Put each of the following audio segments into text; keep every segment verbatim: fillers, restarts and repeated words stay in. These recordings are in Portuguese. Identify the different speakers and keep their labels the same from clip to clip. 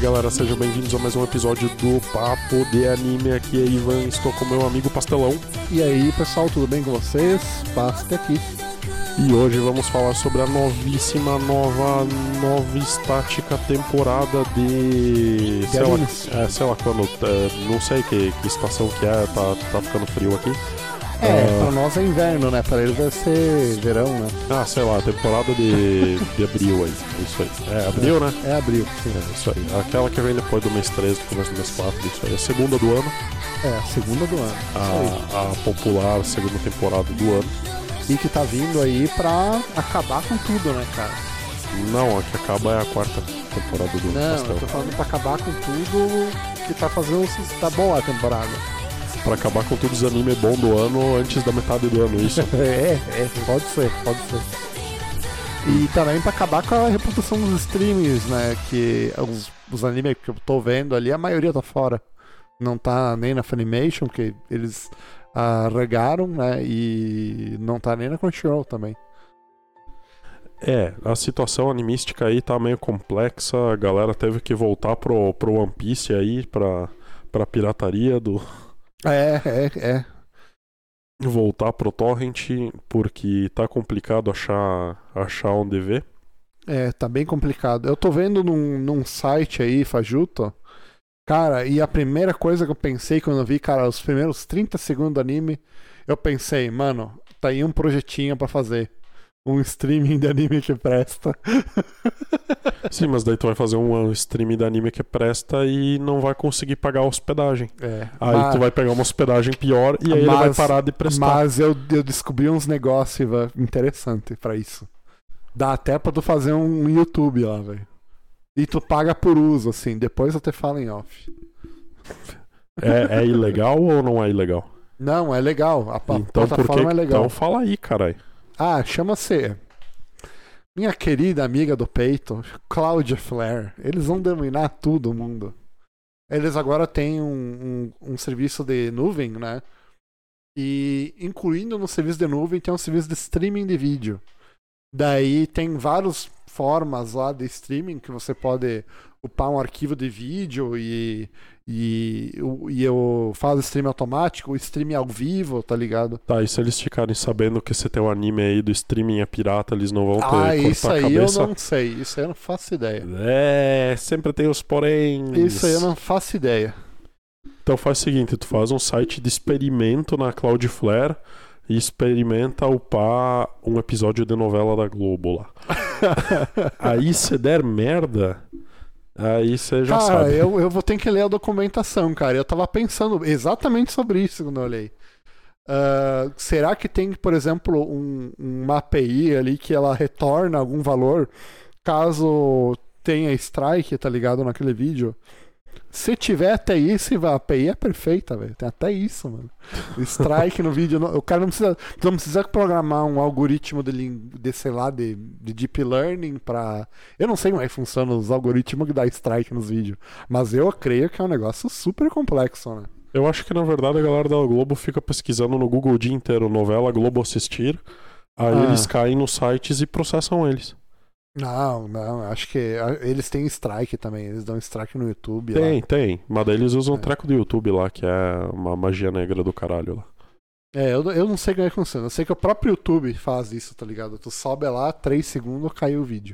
Speaker 1: galera, sejam bem-vindos a mais um episódio do Papo de Anime. Aqui é Ivan, estou com meu amigo Pastelão.
Speaker 2: E aí pessoal, tudo bem com vocês? Pasta aqui.
Speaker 1: E hoje vamos falar sobre a novíssima, nova, nova estática temporada de...
Speaker 2: de
Speaker 1: sei, lá, é, sei lá quando, é, não sei que, que estação que é, tá, tá ficando frio aqui.
Speaker 2: É,
Speaker 1: uh...
Speaker 2: pra nós é inverno, né? Pra eles vai ser verão, né?
Speaker 1: Ah, sei lá, temporada de, de abril aí, isso aí. É abril,
Speaker 2: é,
Speaker 1: né?
Speaker 2: É abril, sim.
Speaker 1: É isso aí, aquela que vem depois do mês treze, começo do mês quatro, isso aí. A segunda do ano.
Speaker 2: É, a segunda do ano.
Speaker 1: A, a popular segunda temporada do ano.
Speaker 2: E que tá vindo aí pra acabar com tudo, né, cara?
Speaker 1: Não, a que acaba é a quarta temporada do
Speaker 2: Não,
Speaker 1: Pastel.
Speaker 2: eu tô falando pra acabar com tudo que tá fazendo... Tá boa a temporada.
Speaker 1: Pra acabar com todos os animes bons do ano antes da metade do ano, isso?
Speaker 2: é, é, pode ser, pode ser. E também pra acabar com a reputação dos streamings, né? Que os, os animes que eu tô vendo ali, a maioria tá fora. Não tá nem na Funimation, que eles ah, regaram, né? E não tá nem na Crunchyroll também.
Speaker 1: É, a situação animística aí tá meio complexa. A galera teve que voltar pro, pro One Piece aí, pra, pra pirataria do...
Speaker 2: É, é, é.
Speaker 1: Voltar pro Torrent, porque tá complicado achar, achar onde ver.
Speaker 2: É, tá bem complicado. Eu tô vendo num, num site aí, Fajuto. Cara, e a primeira coisa que eu pensei quando eu vi, cara, os primeiros trinta segundos do anime, eu pensei, mano, tá aí um projetinho pra fazer. Um streaming de anime que presta.
Speaker 1: Sim, mas daí tu vai fazer um streaming de anime que presta e não vai conseguir pagar a hospedagem.
Speaker 2: É,
Speaker 1: aí
Speaker 2: mas...
Speaker 1: tu vai pegar uma hospedagem pior e aí mas, ele vai parar de prestar.
Speaker 2: Mas eu, eu descobri uns negócios interessantes pra isso. Dá até pra tu fazer um YouTube lá, velho. E tu paga por uso, assim. Depois eu te falo em off.
Speaker 1: É, é ilegal ou não é ilegal?
Speaker 2: Não, é legal. A
Speaker 1: então,
Speaker 2: plataforma
Speaker 1: porque...
Speaker 2: é legal.
Speaker 1: Então fala aí, caralho.
Speaker 2: Ah, chama-se minha querida amiga do peito, Cloud Flare. Eles vão dominar tudo o mundo. Eles agora têm um, um, um serviço de nuvem, né? E incluindo no serviço de nuvem tem um serviço de streaming de vídeo. Daí tem várias formas lá de streaming que você pode upar um arquivo de vídeo e, e, e eu faço stream automático, o stream ao vivo, tá ligado?
Speaker 1: Tá, e se eles ficarem sabendo que esse teu anime aí do streaming é pirata, eles não vão ter
Speaker 2: Ah, isso
Speaker 1: cortar a
Speaker 2: aí
Speaker 1: cabeça?
Speaker 2: eu não sei, isso aí eu não faço ideia.
Speaker 1: É, sempre tem os porém.
Speaker 2: Isso aí eu não faço ideia.
Speaker 1: Então faz o seguinte, tu faz um site de experimento na Cloudflare e experimenta upar um episódio de novela da Globo lá. Aí se der merda, aí você já
Speaker 2: cara,
Speaker 1: sabe.
Speaker 2: Eu, eu vou ter que ler a documentação, cara. Eu tava pensando exatamente sobre isso quando eu olhei. Uh, será que tem, por exemplo, um, uma A P I ali que ela retorna algum valor caso tenha strike, tá ligado, naquele vídeo? Se tiver até isso, a A P I é perfeita, velho. Tem até isso, mano. Strike no vídeo. O cara não precisa, não precisa programar um algoritmo de, de sei lá, de, de deep learning pra... Eu não sei como é que funcionam os algoritmos que dá strike nos vídeos. Mas eu creio que é um negócio super complexo, né?
Speaker 1: Eu acho que na verdade a galera da Globo fica pesquisando no Google o dia inteiro novela Globo assistir. Aí ah. eles caem nos sites e processam eles.
Speaker 2: Não, não, acho que eles têm strike também, eles dão strike no YouTube.
Speaker 1: Tem,
Speaker 2: lá.
Speaker 1: tem, mas daí eles usam o
Speaker 2: é.
Speaker 1: treco do YouTube lá, que é uma magia negra do caralho lá.
Speaker 2: É, eu, eu não sei como é que funciona, eu sei que o próprio YouTube faz isso, tá ligado? Tu sobe lá, três segundos, caiu o vídeo.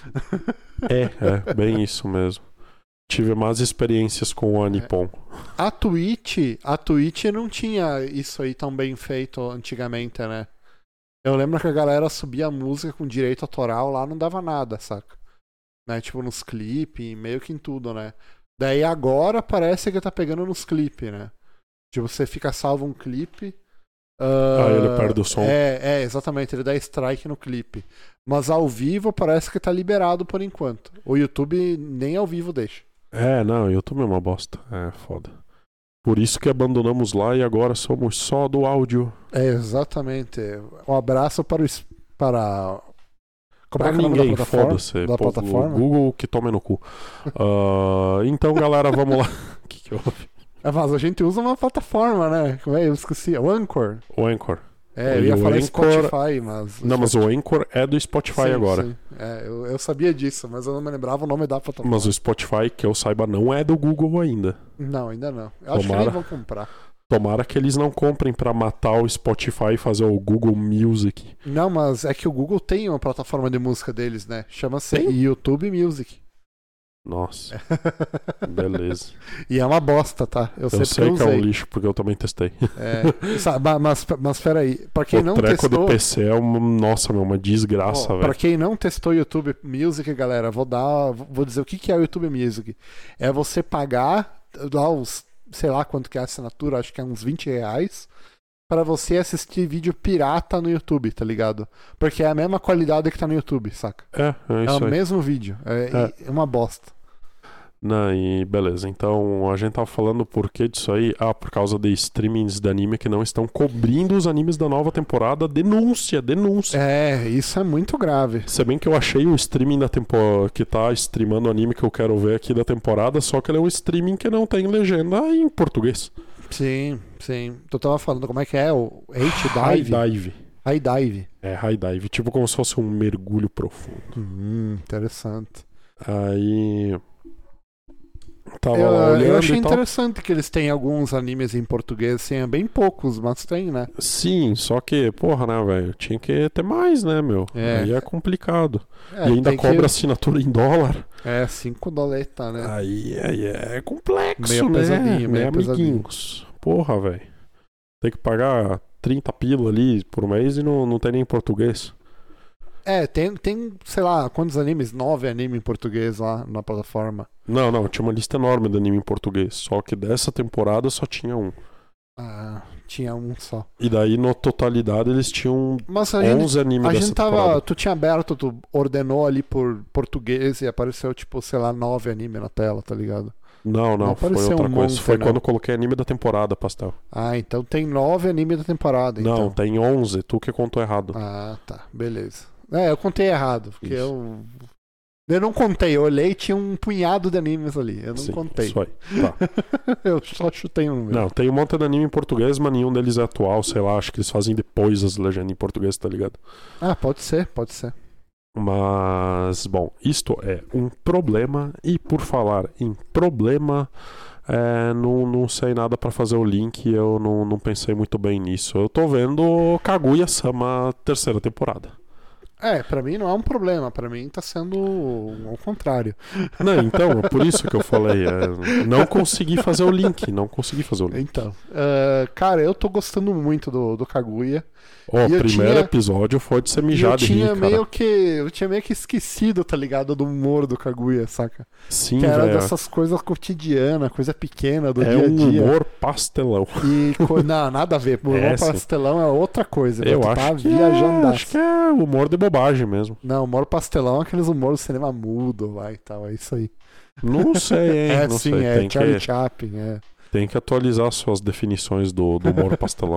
Speaker 1: É, é, bem isso mesmo. Tive mais experiências com o Anipon. É.
Speaker 2: A Twitch, a Twitch não tinha isso aí tão bem feito antigamente, né? Eu lembro que a galera subia a música com direito autoral lá, não dava nada, saca? Né? Tipo nos clipes, meio que em tudo, né? Daí agora parece que tá pegando nos clipes, né? Tipo, você fica salvo um clipe. Uh,
Speaker 1: ah, ele perde o som.
Speaker 2: É, é, exatamente, ele dá strike no clipe. Mas ao vivo parece que tá liberado por enquanto. O YouTube nem ao vivo deixa.
Speaker 1: É, não, o YouTube é uma bosta. É foda. Por isso que abandonamos lá e agora somos só do áudio.
Speaker 2: É, exatamente. Um abraço para o... Para,
Speaker 1: Como pra é ninguém, foda-se.
Speaker 2: Da plataforma?
Speaker 1: Google que tome no cu. uh, então, galera, vamos lá. O que que houve?
Speaker 2: É, mas a gente usa uma plataforma, né? Como é? Eu esqueci. O Anchor.
Speaker 1: O Anchor.
Speaker 2: É, eu
Speaker 1: E
Speaker 2: ia
Speaker 1: o
Speaker 2: falar
Speaker 1: Anchor-
Speaker 2: Spotify, mas...
Speaker 1: Não, mas o Anchor é do Spotify
Speaker 2: Sim,
Speaker 1: agora.
Speaker 2: sim. É, eu, eu sabia disso, mas eu não me lembrava o nome da plataforma.
Speaker 1: Mas o Spotify, que eu saiba, não é do Google ainda.
Speaker 2: Não, ainda não. Eu acho que
Speaker 1: Tomara.
Speaker 2: nem vão comprar.
Speaker 1: Tomara que eles não comprem pra matar o Spotify e fazer o Google Music.
Speaker 2: Não, mas é que o Google tem uma plataforma de música deles, né? Chama-se
Speaker 1: Tem?
Speaker 2: YouTube Music.
Speaker 1: Nossa, beleza.
Speaker 2: E é uma bosta, tá? Eu,
Speaker 1: Eu
Speaker 2: sei
Speaker 1: sei
Speaker 2: porque
Speaker 1: que
Speaker 2: eu
Speaker 1: é um
Speaker 2: usei.
Speaker 1: lixo, porque eu também testei.
Speaker 2: É, sabe, ma- mas, mas peraí, pra quem
Speaker 1: o
Speaker 2: não
Speaker 1: treco
Speaker 2: testou...
Speaker 1: do P C é uma, nossa, meu, uma desgraça,
Speaker 2: Ó,
Speaker 1: velho.
Speaker 2: pra quem não testou YouTube Music, galera, vou dar, vou dizer o que que é o YouTube Music. É você pagar lá os, sei lá quanto que é a assinatura, acho que é uns vinte reais, pra você assistir vídeo pirata no YouTube, tá ligado? Porque é a mesma qualidade que tá no YouTube, saca?
Speaker 1: É, é
Speaker 2: É
Speaker 1: isso
Speaker 2: o
Speaker 1: aí.
Speaker 2: mesmo vídeo, é, é uma bosta.
Speaker 1: Não, e beleza, então a gente tava falando por que disso aí? Ah, por causa de streamings de anime que não estão cobrindo os animes da nova temporada. Denúncia, denúncia.
Speaker 2: É, isso é muito grave.
Speaker 1: Se bem que eu achei um streaming da tempo... que tá streamando o anime que eu quero ver aqui da temporada, só que ele é um streaming que não tem legenda em português.
Speaker 2: Sim, sim. Tu tava falando como é que é o H
Speaker 1: High
Speaker 2: Dive?
Speaker 1: Dive.
Speaker 2: High Dive.
Speaker 1: É, High Dive, tipo como se fosse um mergulho profundo.
Speaker 2: Hum, interessante.
Speaker 1: Aí... Tava
Speaker 2: Eu,
Speaker 1: lá olhando
Speaker 2: eu achei
Speaker 1: e tal.
Speaker 2: interessante que eles têm alguns animes em português, assim, é bem poucos, mas tem, né?
Speaker 1: Sim, só que, porra, né, velho? Tinha que ter mais, né, meu?
Speaker 2: É.
Speaker 1: Aí é complicado.
Speaker 2: É,
Speaker 1: e ainda
Speaker 2: tem
Speaker 1: cobra
Speaker 2: que...
Speaker 1: assinatura em dólar.
Speaker 2: É, cinco doleta, né?
Speaker 1: Aí, aí é complexo,
Speaker 2: Meio
Speaker 1: né?
Speaker 2: pesadinho, meio
Speaker 1: amiguinhos. Porra, velho. Tem que pagar trinta pila ali por mês e não, não tem nem em português.
Speaker 2: É, tem, tem, sei lá, quantos animes? Nove animes em português lá na plataforma.
Speaker 1: Não, não, tinha uma lista enorme de anime em português. Só que dessa temporada só tinha um.
Speaker 2: Ah, tinha um só.
Speaker 1: E daí, na totalidade, eles tinham
Speaker 2: Mas a gente,
Speaker 1: onze animes
Speaker 2: a
Speaker 1: dessa
Speaker 2: gente tava.
Speaker 1: temporada.
Speaker 2: Tu tinha aberto, tu ordenou ali por português e apareceu, tipo, sei lá, nove animes na tela, tá ligado?
Speaker 1: Não, não,
Speaker 2: Não
Speaker 1: foi
Speaker 2: apareceu
Speaker 1: outra
Speaker 2: um
Speaker 1: coisa.
Speaker 2: monte,
Speaker 1: Foi
Speaker 2: não.
Speaker 1: quando eu coloquei anime da temporada, Pastel.
Speaker 2: Ah, então tem nove animes da temporada,
Speaker 1: Não,
Speaker 2: então.
Speaker 1: tem onze, tu que contou errado.
Speaker 2: Ah, tá, beleza. É, eu contei errado, porque
Speaker 1: Isso.
Speaker 2: eu. Eu não contei, eu olhei e tinha um punhado de animes ali. Eu não
Speaker 1: Sim,
Speaker 2: contei.
Speaker 1: isso aí. Tá.
Speaker 2: Eu só chutei um número.
Speaker 1: Não, tem um monte de anime em português, mas nenhum deles é atual, sei lá, acho que eles fazem depois as legendas em português, tá ligado?
Speaker 2: Ah, pode ser, pode ser.
Speaker 1: Mas, bom, isto é um problema, e por falar em problema, é, não, não sei nada pra fazer o link, eu não, não pensei muito bem nisso. Eu tô vendo Kaguya-sama terceira temporada.
Speaker 2: É, pra mim não é um problema, pra mim tá sendo ao contrário.
Speaker 1: Não, então, é por isso que eu falei, é, não consegui fazer o link, não consegui fazer o link.
Speaker 2: Então, ah, cara, eu tô gostando muito do, do Kaguya.
Speaker 1: Ó, o
Speaker 2: E eu
Speaker 1: primeiro
Speaker 2: tinha-
Speaker 1: episódio foi de ser
Speaker 2: E eu
Speaker 1: mijado de rir,
Speaker 2: tinha
Speaker 1: cara.
Speaker 2: meio que. Eu tinha meio que esquecido, tá ligado? Do humor do Kaguya, saca?
Speaker 1: Sim,
Speaker 2: Que era
Speaker 1: velho.
Speaker 2: dessas coisas cotidianas, coisa pequena do
Speaker 1: É
Speaker 2: dia a
Speaker 1: um
Speaker 2: dia.
Speaker 1: humor pastelão.
Speaker 2: E co- não, nada a ver. O
Speaker 1: É,
Speaker 2: humor
Speaker 1: sim.
Speaker 2: pastelão é outra coisa.
Speaker 1: Eu
Speaker 2: tu
Speaker 1: acho
Speaker 2: tá
Speaker 1: que é,
Speaker 2: viajando.
Speaker 1: acho que é humor de bobagem mesmo.
Speaker 2: Não, humor pastelão é aqueles humor do cinema mudo lá e tal. É isso aí.
Speaker 1: Não sei, hein?
Speaker 2: é
Speaker 1: não
Speaker 2: sim,
Speaker 1: sei.
Speaker 2: é
Speaker 1: Tem,
Speaker 2: Charlie
Speaker 1: que,
Speaker 2: Chaplin, é.
Speaker 1: tem que atualizar suas definições do, do humor pastelão.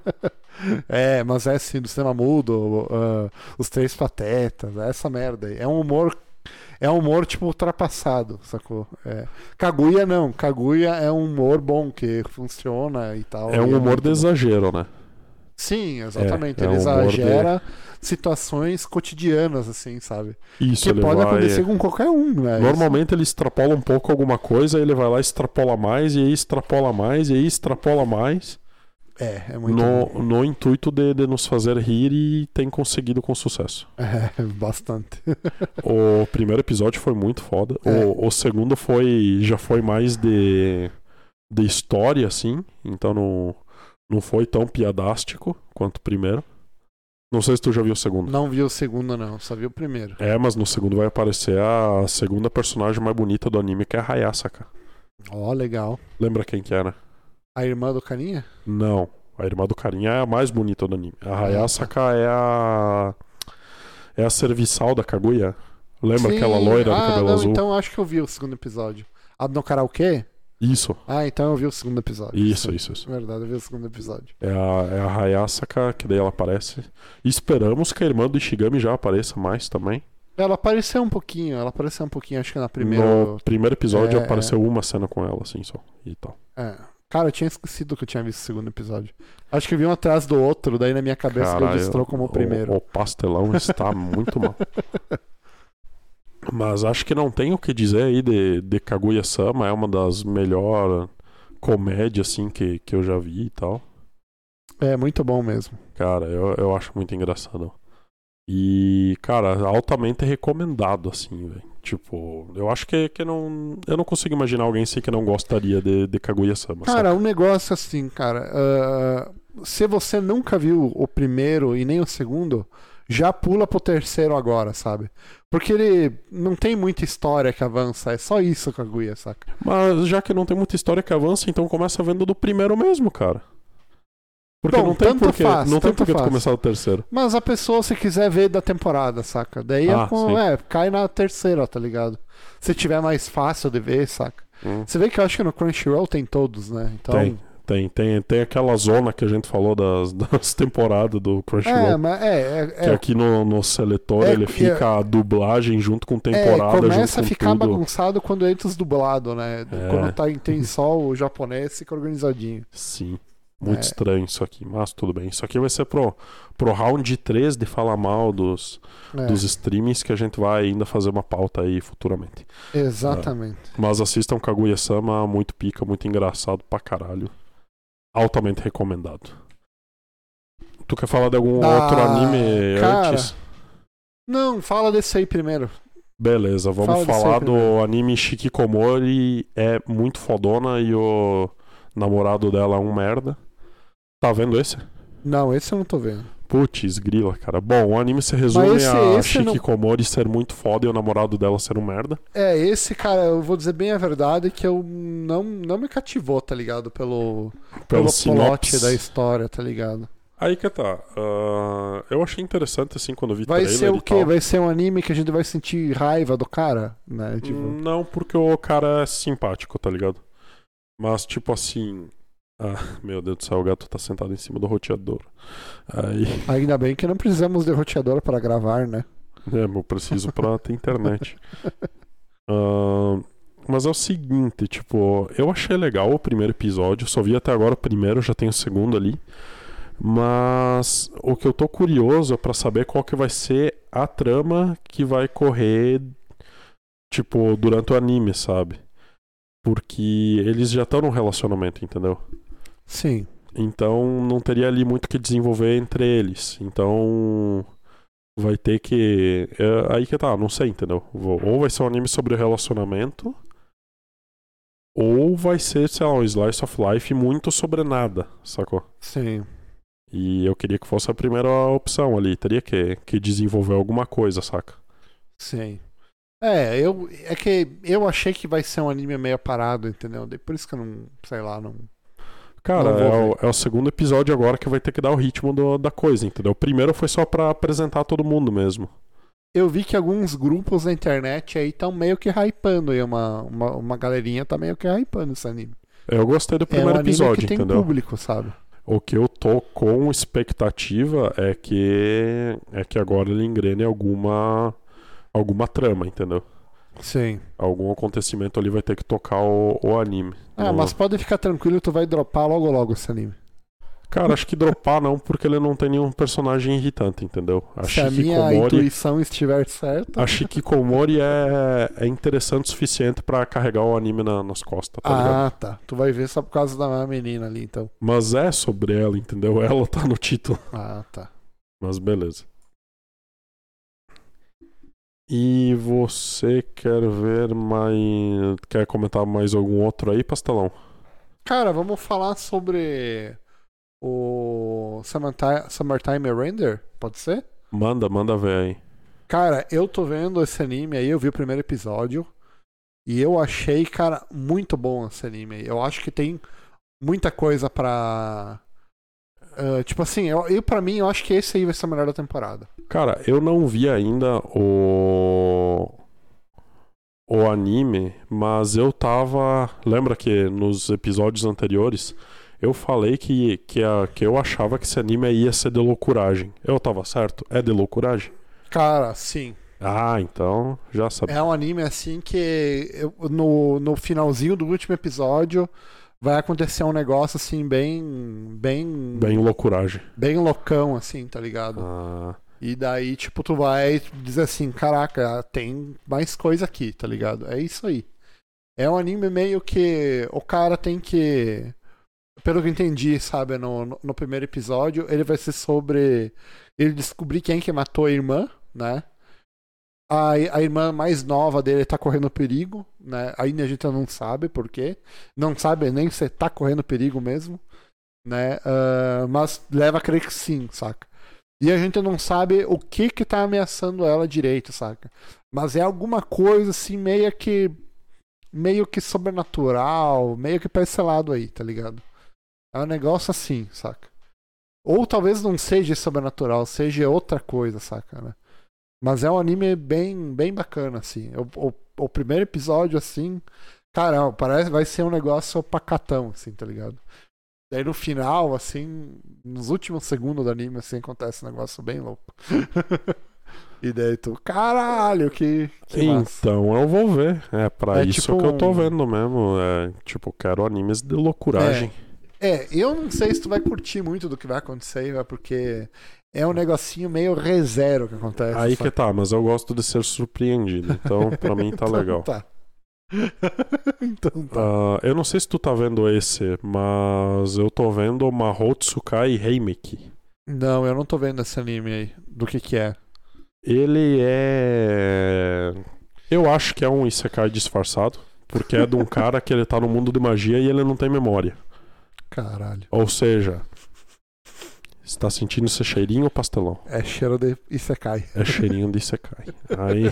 Speaker 2: É, mas é assim, do cinema mudo, ah, os Três Patetas, é essa merda aí. É um humor. É um humor, tipo, ultrapassado, sacou? É. Kaguya não. Kaguya é um humor bom, que funciona e tal.
Speaker 1: É
Speaker 2: e
Speaker 1: um humor
Speaker 2: muito
Speaker 1: de
Speaker 2: bom.
Speaker 1: exagero, né?
Speaker 2: Sim, exatamente.
Speaker 1: É, é
Speaker 2: Ele
Speaker 1: um humor de-
Speaker 2: exagera situações cotidianas, assim, sabe?
Speaker 1: Isso,
Speaker 2: Que
Speaker 1: ele
Speaker 2: pode
Speaker 1: vai...
Speaker 2: acontecer com qualquer um, né?
Speaker 1: Normalmente ele extrapola um pouco alguma coisa, aí ele vai lá e extrapola mais, e aí extrapola mais, e aí extrapola mais,
Speaker 2: Isso- É, é muito bom.
Speaker 1: no, no intuito de, de nos fazer rir, e tem conseguido com sucesso.
Speaker 2: É, bastante.
Speaker 1: O primeiro episódio foi muito foda.
Speaker 2: É.
Speaker 1: O, o segundo foi já foi mais de, de história, assim. Então não, não foi tão piadástico quanto o primeiro. Não sei se tu já viu o segundo.
Speaker 2: Não vi o segundo, não. Só vi o primeiro.
Speaker 1: É, mas no segundo vai aparecer a segunda personagem mais bonita do anime, que é a Hayasaka.
Speaker 2: Ó, legal.
Speaker 1: Lembra quem que era?
Speaker 2: A irmã do carinha?
Speaker 1: Não. A irmã do carinha é a mais bonita do anime. A
Speaker 2: Ah,
Speaker 1: Hayasaka é a... É a serviçal da Kaguya. Lembra
Speaker 2: Sim.
Speaker 1: aquela loira
Speaker 2: ah,
Speaker 1: do cabelo
Speaker 2: não,
Speaker 1: azul?
Speaker 2: então acho que eu vi o segundo episódio. A no karaokê?
Speaker 1: Isso.
Speaker 2: Ah, então eu vi o segundo episódio.
Speaker 1: Isso,
Speaker 2: Sim.
Speaker 1: isso, isso.
Speaker 2: Verdade, eu vi o segundo episódio.
Speaker 1: É a, é a Hayasaka, que daí ela aparece. E esperamos que a irmã do Ishigami já apareça mais também.
Speaker 2: Ela apareceu um pouquinho, ela apareceu um pouquinho, acho que na primeira.
Speaker 1: No primeiro episódio
Speaker 2: É,
Speaker 1: apareceu uma cena com ela, assim, só. E tal.
Speaker 2: É. Cara, eu tinha esquecido que eu tinha visto o segundo episódio. Acho que vi um atrás do outro, daí na minha cabeça
Speaker 1: Cara,
Speaker 2: registrou
Speaker 1: eu-
Speaker 2: como o primeiro.
Speaker 1: O, o pastelão está muito mal. Mas acho que não tem o que dizer aí de, de Kaguya-sama. É uma das melhores comédias assim, que, que eu já vi e tal.
Speaker 2: É, muito bom mesmo.
Speaker 1: Cara, eu, eu acho muito engraçado. E, cara, altamente recomendado, assim, velho. Tipo, eu acho que, que não. Eu não consigo imaginar alguém assim que não gostaria de, de Kaguya-sama.
Speaker 2: Cara,
Speaker 1: saca?
Speaker 2: um negócio assim, cara. ah, se você nunca viu o primeiro e nem o segundo, já pula pro terceiro agora, sabe? Porque ele não tem muita história que avança, é só isso, Kaguya, saca?
Speaker 1: Mas já que não tem muita história que avança, então começa vendo do primeiro mesmo, cara. Porque
Speaker 2: Bom,
Speaker 1: não tem
Speaker 2: tanto
Speaker 1: porquê,
Speaker 2: faz,
Speaker 1: não tem
Speaker 2: tanto
Speaker 1: porquê tu
Speaker 2: faz.
Speaker 1: começar o terceiro.
Speaker 2: Mas a pessoa, se quiser ver da temporada, saca? Daí é,
Speaker 1: Ah,
Speaker 2: com-
Speaker 1: sim.
Speaker 2: é, cai na terceira, tá ligado? Se tiver mais fácil de ver, saca?
Speaker 1: Hum.
Speaker 2: Você vê que eu acho que no Crunchyroll tem todos, né? Então,
Speaker 1: Tem, tem, tem, tem aquela zona que a gente falou das, das temporadas do Crunchyroll.
Speaker 2: É, mas é, é,
Speaker 1: Que
Speaker 2: é,
Speaker 1: aqui no, no seletor
Speaker 2: É,
Speaker 1: ele fica a dublagem junto com
Speaker 2: é,
Speaker 1: temporada,
Speaker 2: começa
Speaker 1: junto
Speaker 2: a
Speaker 1: com
Speaker 2: ficar
Speaker 1: tudo.
Speaker 2: bagunçado quando entra os dublados, né?
Speaker 1: É.
Speaker 2: Quando tá, tem só o japonês, fica organizadinho.
Speaker 1: Sim. Muito
Speaker 2: É.
Speaker 1: estranho isso aqui, mas tudo bem. Isso aqui vai ser pro, pro round três de falar mal dos,
Speaker 2: É,
Speaker 1: dos streamings que a gente vai ainda fazer uma pauta aí futuramente.
Speaker 2: exatamente.
Speaker 1: Mas assistam Kaguya-sama, muito pica, muito engraçado pra caralho. Altamente recomendado. Tu quer falar de algum
Speaker 2: Ah,
Speaker 1: outro anime
Speaker 2: cara.
Speaker 1: antes?
Speaker 2: Não, fala desse aí primeiro.
Speaker 1: Beleza, vamos
Speaker 2: Fala disso
Speaker 1: falar
Speaker 2: aí
Speaker 1: do
Speaker 2: primeiro.
Speaker 1: anime Shikikomori. É muito fodona e o namorado dela é um merda. Tá vendo esse?
Speaker 2: Não, esse eu não tô vendo.
Speaker 1: Putz, grila, cara. Bom, o anime se resume
Speaker 2: esse-
Speaker 1: a
Speaker 2: esse não-
Speaker 1: Shikikomori ser muito foda e o namorado dela ser um merda.
Speaker 2: É, esse, cara, eu vou dizer bem a verdade que eu não, não me cativou, tá ligado? Pelo,
Speaker 1: Pelo
Speaker 2: pelo plot
Speaker 1: sinopse.
Speaker 2: da história, tá ligado?
Speaker 1: Aí que tá. ah, eu achei interessante, assim, quando eu vi
Speaker 2: Vai
Speaker 1: trailer
Speaker 2: ser o
Speaker 1: e
Speaker 2: quê?
Speaker 1: tal.
Speaker 2: Vai ser um anime que a gente vai sentir raiva do cara, né? Tipo,
Speaker 1: Não, porque o cara é simpático, tá ligado? Mas, tipo assim... Ah, meu Deus do céu, o gato tá sentado em cima do roteador. Aí...
Speaker 2: ainda bem que não precisamos de roteador para gravar, né?
Speaker 1: É, eu preciso pra ter internet. Ah, mas é o seguinte, tipo, eu achei legal o primeiro episódio, só vi até agora o primeiro, já tem o segundo ali. Mas o que eu tô curioso é pra saber qual que vai ser a trama que vai correr, tipo, durante o anime, sabe? Porque eles já estão num relacionamento, entendeu?
Speaker 2: Sim.
Speaker 1: Então não teria ali muito o que desenvolver entre eles. Então vai ter que. É, aí que tá, não sei, entendeu? Vou- Ou vai ser um anime sobre relacionamento, ou vai ser, sei lá, um Slice of Life muito sobre nada, sacou?
Speaker 2: Sim.
Speaker 1: E eu queria que fosse a primeira opção ali. Teria que, que desenvolver alguma coisa, saca?
Speaker 2: Sim. É, eu, é que eu achei que vai ser um anime meio parado, entendeu? Daí por isso que eu não, sei lá, não.
Speaker 1: Cara,
Speaker 2: Não vou
Speaker 1: é o, é o segundo episódio agora que vai ter que dar o ritmo do- da coisa, entendeu? O primeiro foi só pra apresentar todo mundo mesmo.
Speaker 2: Eu vi que alguns grupos na internet aí estão meio que hypando aí, uma, uma, uma galerinha tá meio que hypando esse anime.
Speaker 1: Eu gostei do
Speaker 2: É um
Speaker 1: primeiro
Speaker 2: anime
Speaker 1: episódio,
Speaker 2: que tem
Speaker 1: entendeu?
Speaker 2: público, sabe?
Speaker 1: O que eu tô com expectativa é que é que agora ele engrene alguma alguma trama, entendeu?
Speaker 2: Sim.
Speaker 1: Algum acontecimento ali vai ter que tocar o, o anime.
Speaker 2: Ah,
Speaker 1: Não-
Speaker 2: mas pode ficar tranquilo, tu vai dropar logo logo esse anime.
Speaker 1: Cara, acho que dropar não, porque ele não tem nenhum personagem irritante, entendeu? A
Speaker 2: Se a minha
Speaker 1: Shikikomori,
Speaker 2: intuição estiver certa.
Speaker 1: a Shikikomori é, é interessante o suficiente pra carregar o anime na- nas costas, tá ligado?
Speaker 2: Ah, tá. Tu vai ver só por causa da menina ali, então.
Speaker 1: Mas é sobre ela, entendeu? Ela tá no título.
Speaker 2: Ah, tá.
Speaker 1: Mas beleza. E você quer ver mais. Quer comentar mais algum outro aí, Pastelão?
Speaker 2: Cara, vamos falar sobre o Summertime, Summertime Render? Pode ser?
Speaker 1: Manda, manda ver aí.
Speaker 2: Cara, eu tô vendo esse anime aí, eu vi o primeiro episódio e eu achei, cara, muito bom esse anime aí. Eu acho que tem muita coisa pra. ah, tipo assim, eu, eu pra mim, eu acho que esse aí vai ser o melhor da temporada.
Speaker 1: Cara, eu não vi ainda o. O anime, mas eu tava. Lembra que nos episódios anteriores eu falei que, que, a, que eu achava que esse anime ia ser de loucuragem. Eu tava certo? É de loucuragem?
Speaker 2: Cara, sim.
Speaker 1: Ah, então já sabia.
Speaker 2: É um anime assim que eu- no, no finalzinho do último episódio vai acontecer um negócio assim bem. Bem.
Speaker 1: Bem loucuragem.
Speaker 2: Bem loucão, assim, tá ligado?
Speaker 1: Ah,
Speaker 2: E daí, tipo, tu vai dizer assim, caraca, tem mais coisa aqui, tá ligado? É isso aí. É um anime meio que o cara tem que. Pelo que eu entendi, sabe, no, no, no primeiro episódio, ele vai ser sobre ele descobrir quem que matou a irmã, né? A, a irmã mais nova dele tá correndo perigo, né? Ainda a gente não sabe por quê. Não sabe nem se tá correndo perigo mesmo, né? Ah, mas leva a crer que sim, saca? E a gente não sabe o que que tá ameaçando ela direito, saca? Mas é alguma coisa assim, meio que. Meio que sobrenatural, meio que pra esse lado aí, tá ligado? É um negócio assim, saca? Ou talvez não seja sobrenatural, seja outra coisa, saca, né? Mas é um anime bem, bem bacana, assim. O, o, o primeiro episódio, assim, caramba, parece vai ser um negócio pacatão, assim, tá ligado? Daí no final, assim, nos últimos segundos do anime, assim, acontece um negócio bem louco. E daí tu, caralho, que, que massa.
Speaker 1: então eu vou ver. É pra
Speaker 2: É
Speaker 1: isso
Speaker 2: tipo
Speaker 1: que eu tô
Speaker 2: um-
Speaker 1: vendo mesmo. É, tipo, quero animes de loucuragem.
Speaker 2: É, eu não sei se tu vai curtir muito do que vai acontecer, é porque é um negocinho meio rezero que acontece.
Speaker 1: Aí
Speaker 2: sabe?
Speaker 1: que tá, mas eu gosto de ser surpreendido. Então, pra mim tá
Speaker 2: Então
Speaker 1: legal.
Speaker 2: Tá. Então tá.
Speaker 1: Ah, eu não sei se tu tá vendo esse, mas eu tô vendo Mahotsukai Heimeki.
Speaker 2: Não, eu não tô vendo esse anime aí. Do que que é?
Speaker 1: Ele é. Eu acho que é um Isekai disfarçado. Porque é de um cara que ele tá no mundo de magia e ele não tem memória.
Speaker 2: Caralho.
Speaker 1: Ou seja, está sentindo esse cheirinho ou pastelão?
Speaker 2: É cheiro de Isekai.
Speaker 1: É cheirinho de Isekai. Aí.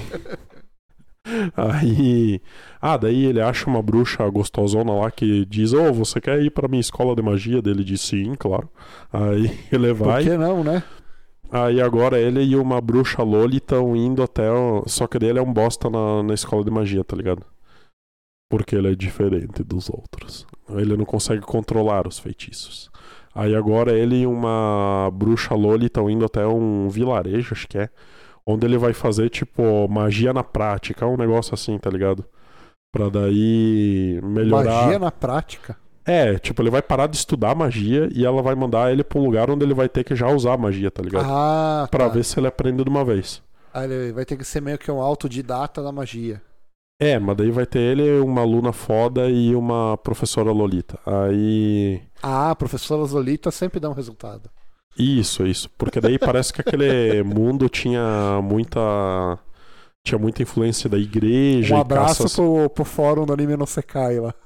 Speaker 1: Aí. Ah, daí ele acha uma bruxa gostosona lá que diz: Ô, você quer ir pra minha escola de magia? Dele diz: Sim, claro. Aí ele
Speaker 2: Por
Speaker 1: vai.
Speaker 2: que não, né?
Speaker 1: Aí agora ele e uma bruxa Loli estão indo até. O... Só que ele é um bosta na, na escola de magia, tá ligado? Porque ele é diferente dos outros. Ele não consegue controlar os feitiços. Aí agora ele e uma bruxa Loli estão indo até um vilarejo, acho que é. Onde ele vai fazer, tipo, magia na prática. Um negócio assim, tá ligado? Pra daí melhorar.
Speaker 2: Magia na prática.
Speaker 1: É, tipo, ele vai parar de estudar magia e ela vai mandar ele pra um lugar onde ele vai ter que já usar magia, tá ligado?
Speaker 2: Ah,
Speaker 1: Pra
Speaker 2: tá.
Speaker 1: ver se ele aprende de uma vez.
Speaker 2: Ah, ele vai ter que ser meio que um autodidata da magia.
Speaker 1: É, mas daí vai ter ele, uma aluna foda e uma professora Lolita. Aí.
Speaker 2: Ah, professora Zolita sempre dá um resultado.
Speaker 1: Isso, isso. Porque daí parece que aquele mundo tinha muita. Tinha muita influência da igreja
Speaker 2: Um
Speaker 1: e
Speaker 2: abraço
Speaker 1: caças.
Speaker 2: pro, pro fórum do Anime no Sekai lá.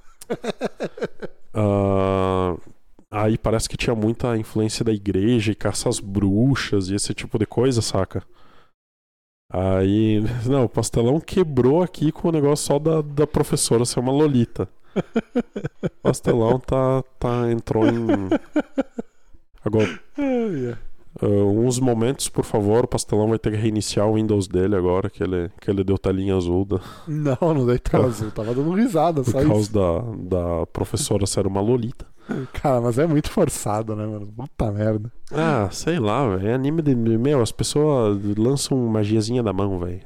Speaker 1: Ah, aí parece que tinha muita influência da igreja e caça às bruxas e esse tipo de coisa, saca? Aí. Não, o pastelão quebrou aqui com o negócio só da, da professora ser uma Lolita. O pastelão tá, tá, entrou em. Agora, uh, uns momentos, por favor, o pastelão vai ter que reiniciar o Windows dele agora, que ele, que ele deu telinha azul da,
Speaker 2: Não, não dei tela azul. Tava dando risada,
Speaker 1: por
Speaker 2: só
Speaker 1: causa
Speaker 2: isso.
Speaker 1: da, da professora ser uma Lolita.
Speaker 2: Cara, mas é muito forçado, né, mano? Puta merda.
Speaker 1: Ah, sei lá, velho. É anime de. Meu, as pessoas lançam magiazinha da mão, velho.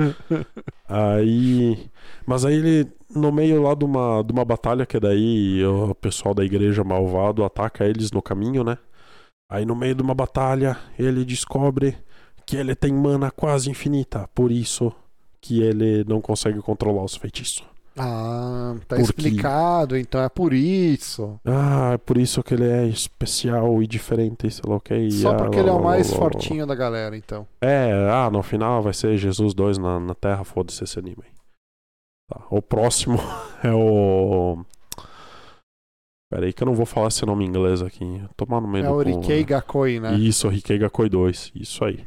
Speaker 1: Aí. Mas aí ele, no meio lá de uma, de uma batalha, que daí o pessoal da igreja malvado ataca eles no caminho, né? Aí no meio de uma batalha, ele descobre que ele tem mana quase infinita. Por isso que ele não consegue controlar os feitiços.
Speaker 2: Ah, tá
Speaker 1: Por
Speaker 2: explicado, então é por isso.
Speaker 1: Ah, é por isso que ele é especial e diferente, sei lá o que.
Speaker 2: Só
Speaker 1: ah,
Speaker 2: porque ele é o
Speaker 1: lá, lá,
Speaker 2: mais
Speaker 1: lá, lá.
Speaker 2: fortinho da galera, então.
Speaker 1: É, ah, no final vai ser Jesus dois na, na Terra, foda-se esse anime aí. Tá, o próximo é o... Pera aí que eu não vou falar esse nome em inglês aqui. Tomar no meio
Speaker 2: É
Speaker 1: do
Speaker 2: o
Speaker 1: cu,
Speaker 2: Rikei
Speaker 1: né?
Speaker 2: Gakoi, né?
Speaker 1: Isso, Rikei Gakoi dois, isso aí.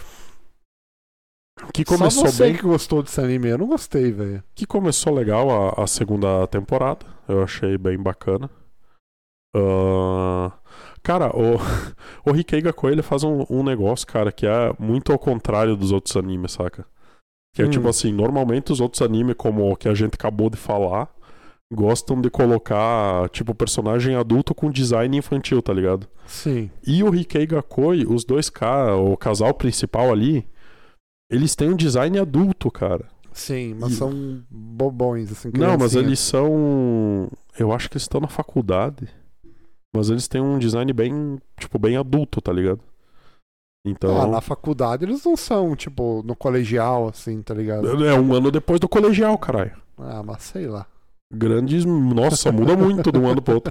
Speaker 1: Que
Speaker 2: Só
Speaker 1: começou
Speaker 2: você
Speaker 1: bem,
Speaker 2: que gostou desse anime, eu não gostei, velho.
Speaker 1: que começou legal a, a segunda temporada. Eu achei bem bacana. Ah, cara, o, o Rikei Gakoi ele faz um, um negócio, cara, que é muito ao contrário dos outros animes, saca? Que é
Speaker 2: Hum.
Speaker 1: tipo assim, normalmente os outros animes, como o que a gente acabou de falar, gostam de colocar, tipo, personagem adulto com design infantil, tá ligado?
Speaker 2: Sim.
Speaker 1: E o Rikei Gakoi, os dois caras, o casal principal ali, Eles têm um design adulto, cara.
Speaker 2: Sim, mas
Speaker 1: E-
Speaker 2: são bobões, assim.
Speaker 1: Não, mas
Speaker 2: criancinhas.
Speaker 1: eles são. Eu acho que eles estão na faculdade. Mas eles têm um design bem, tipo, bem adulto, tá ligado? Então.
Speaker 2: Ah, na faculdade eles não são, tipo, no colegial, assim, tá ligado?
Speaker 1: É um ano depois do colegial, caralho.
Speaker 2: Ah, mas sei lá.
Speaker 1: Grandes. Nossa, muda muito de um ano pro outro.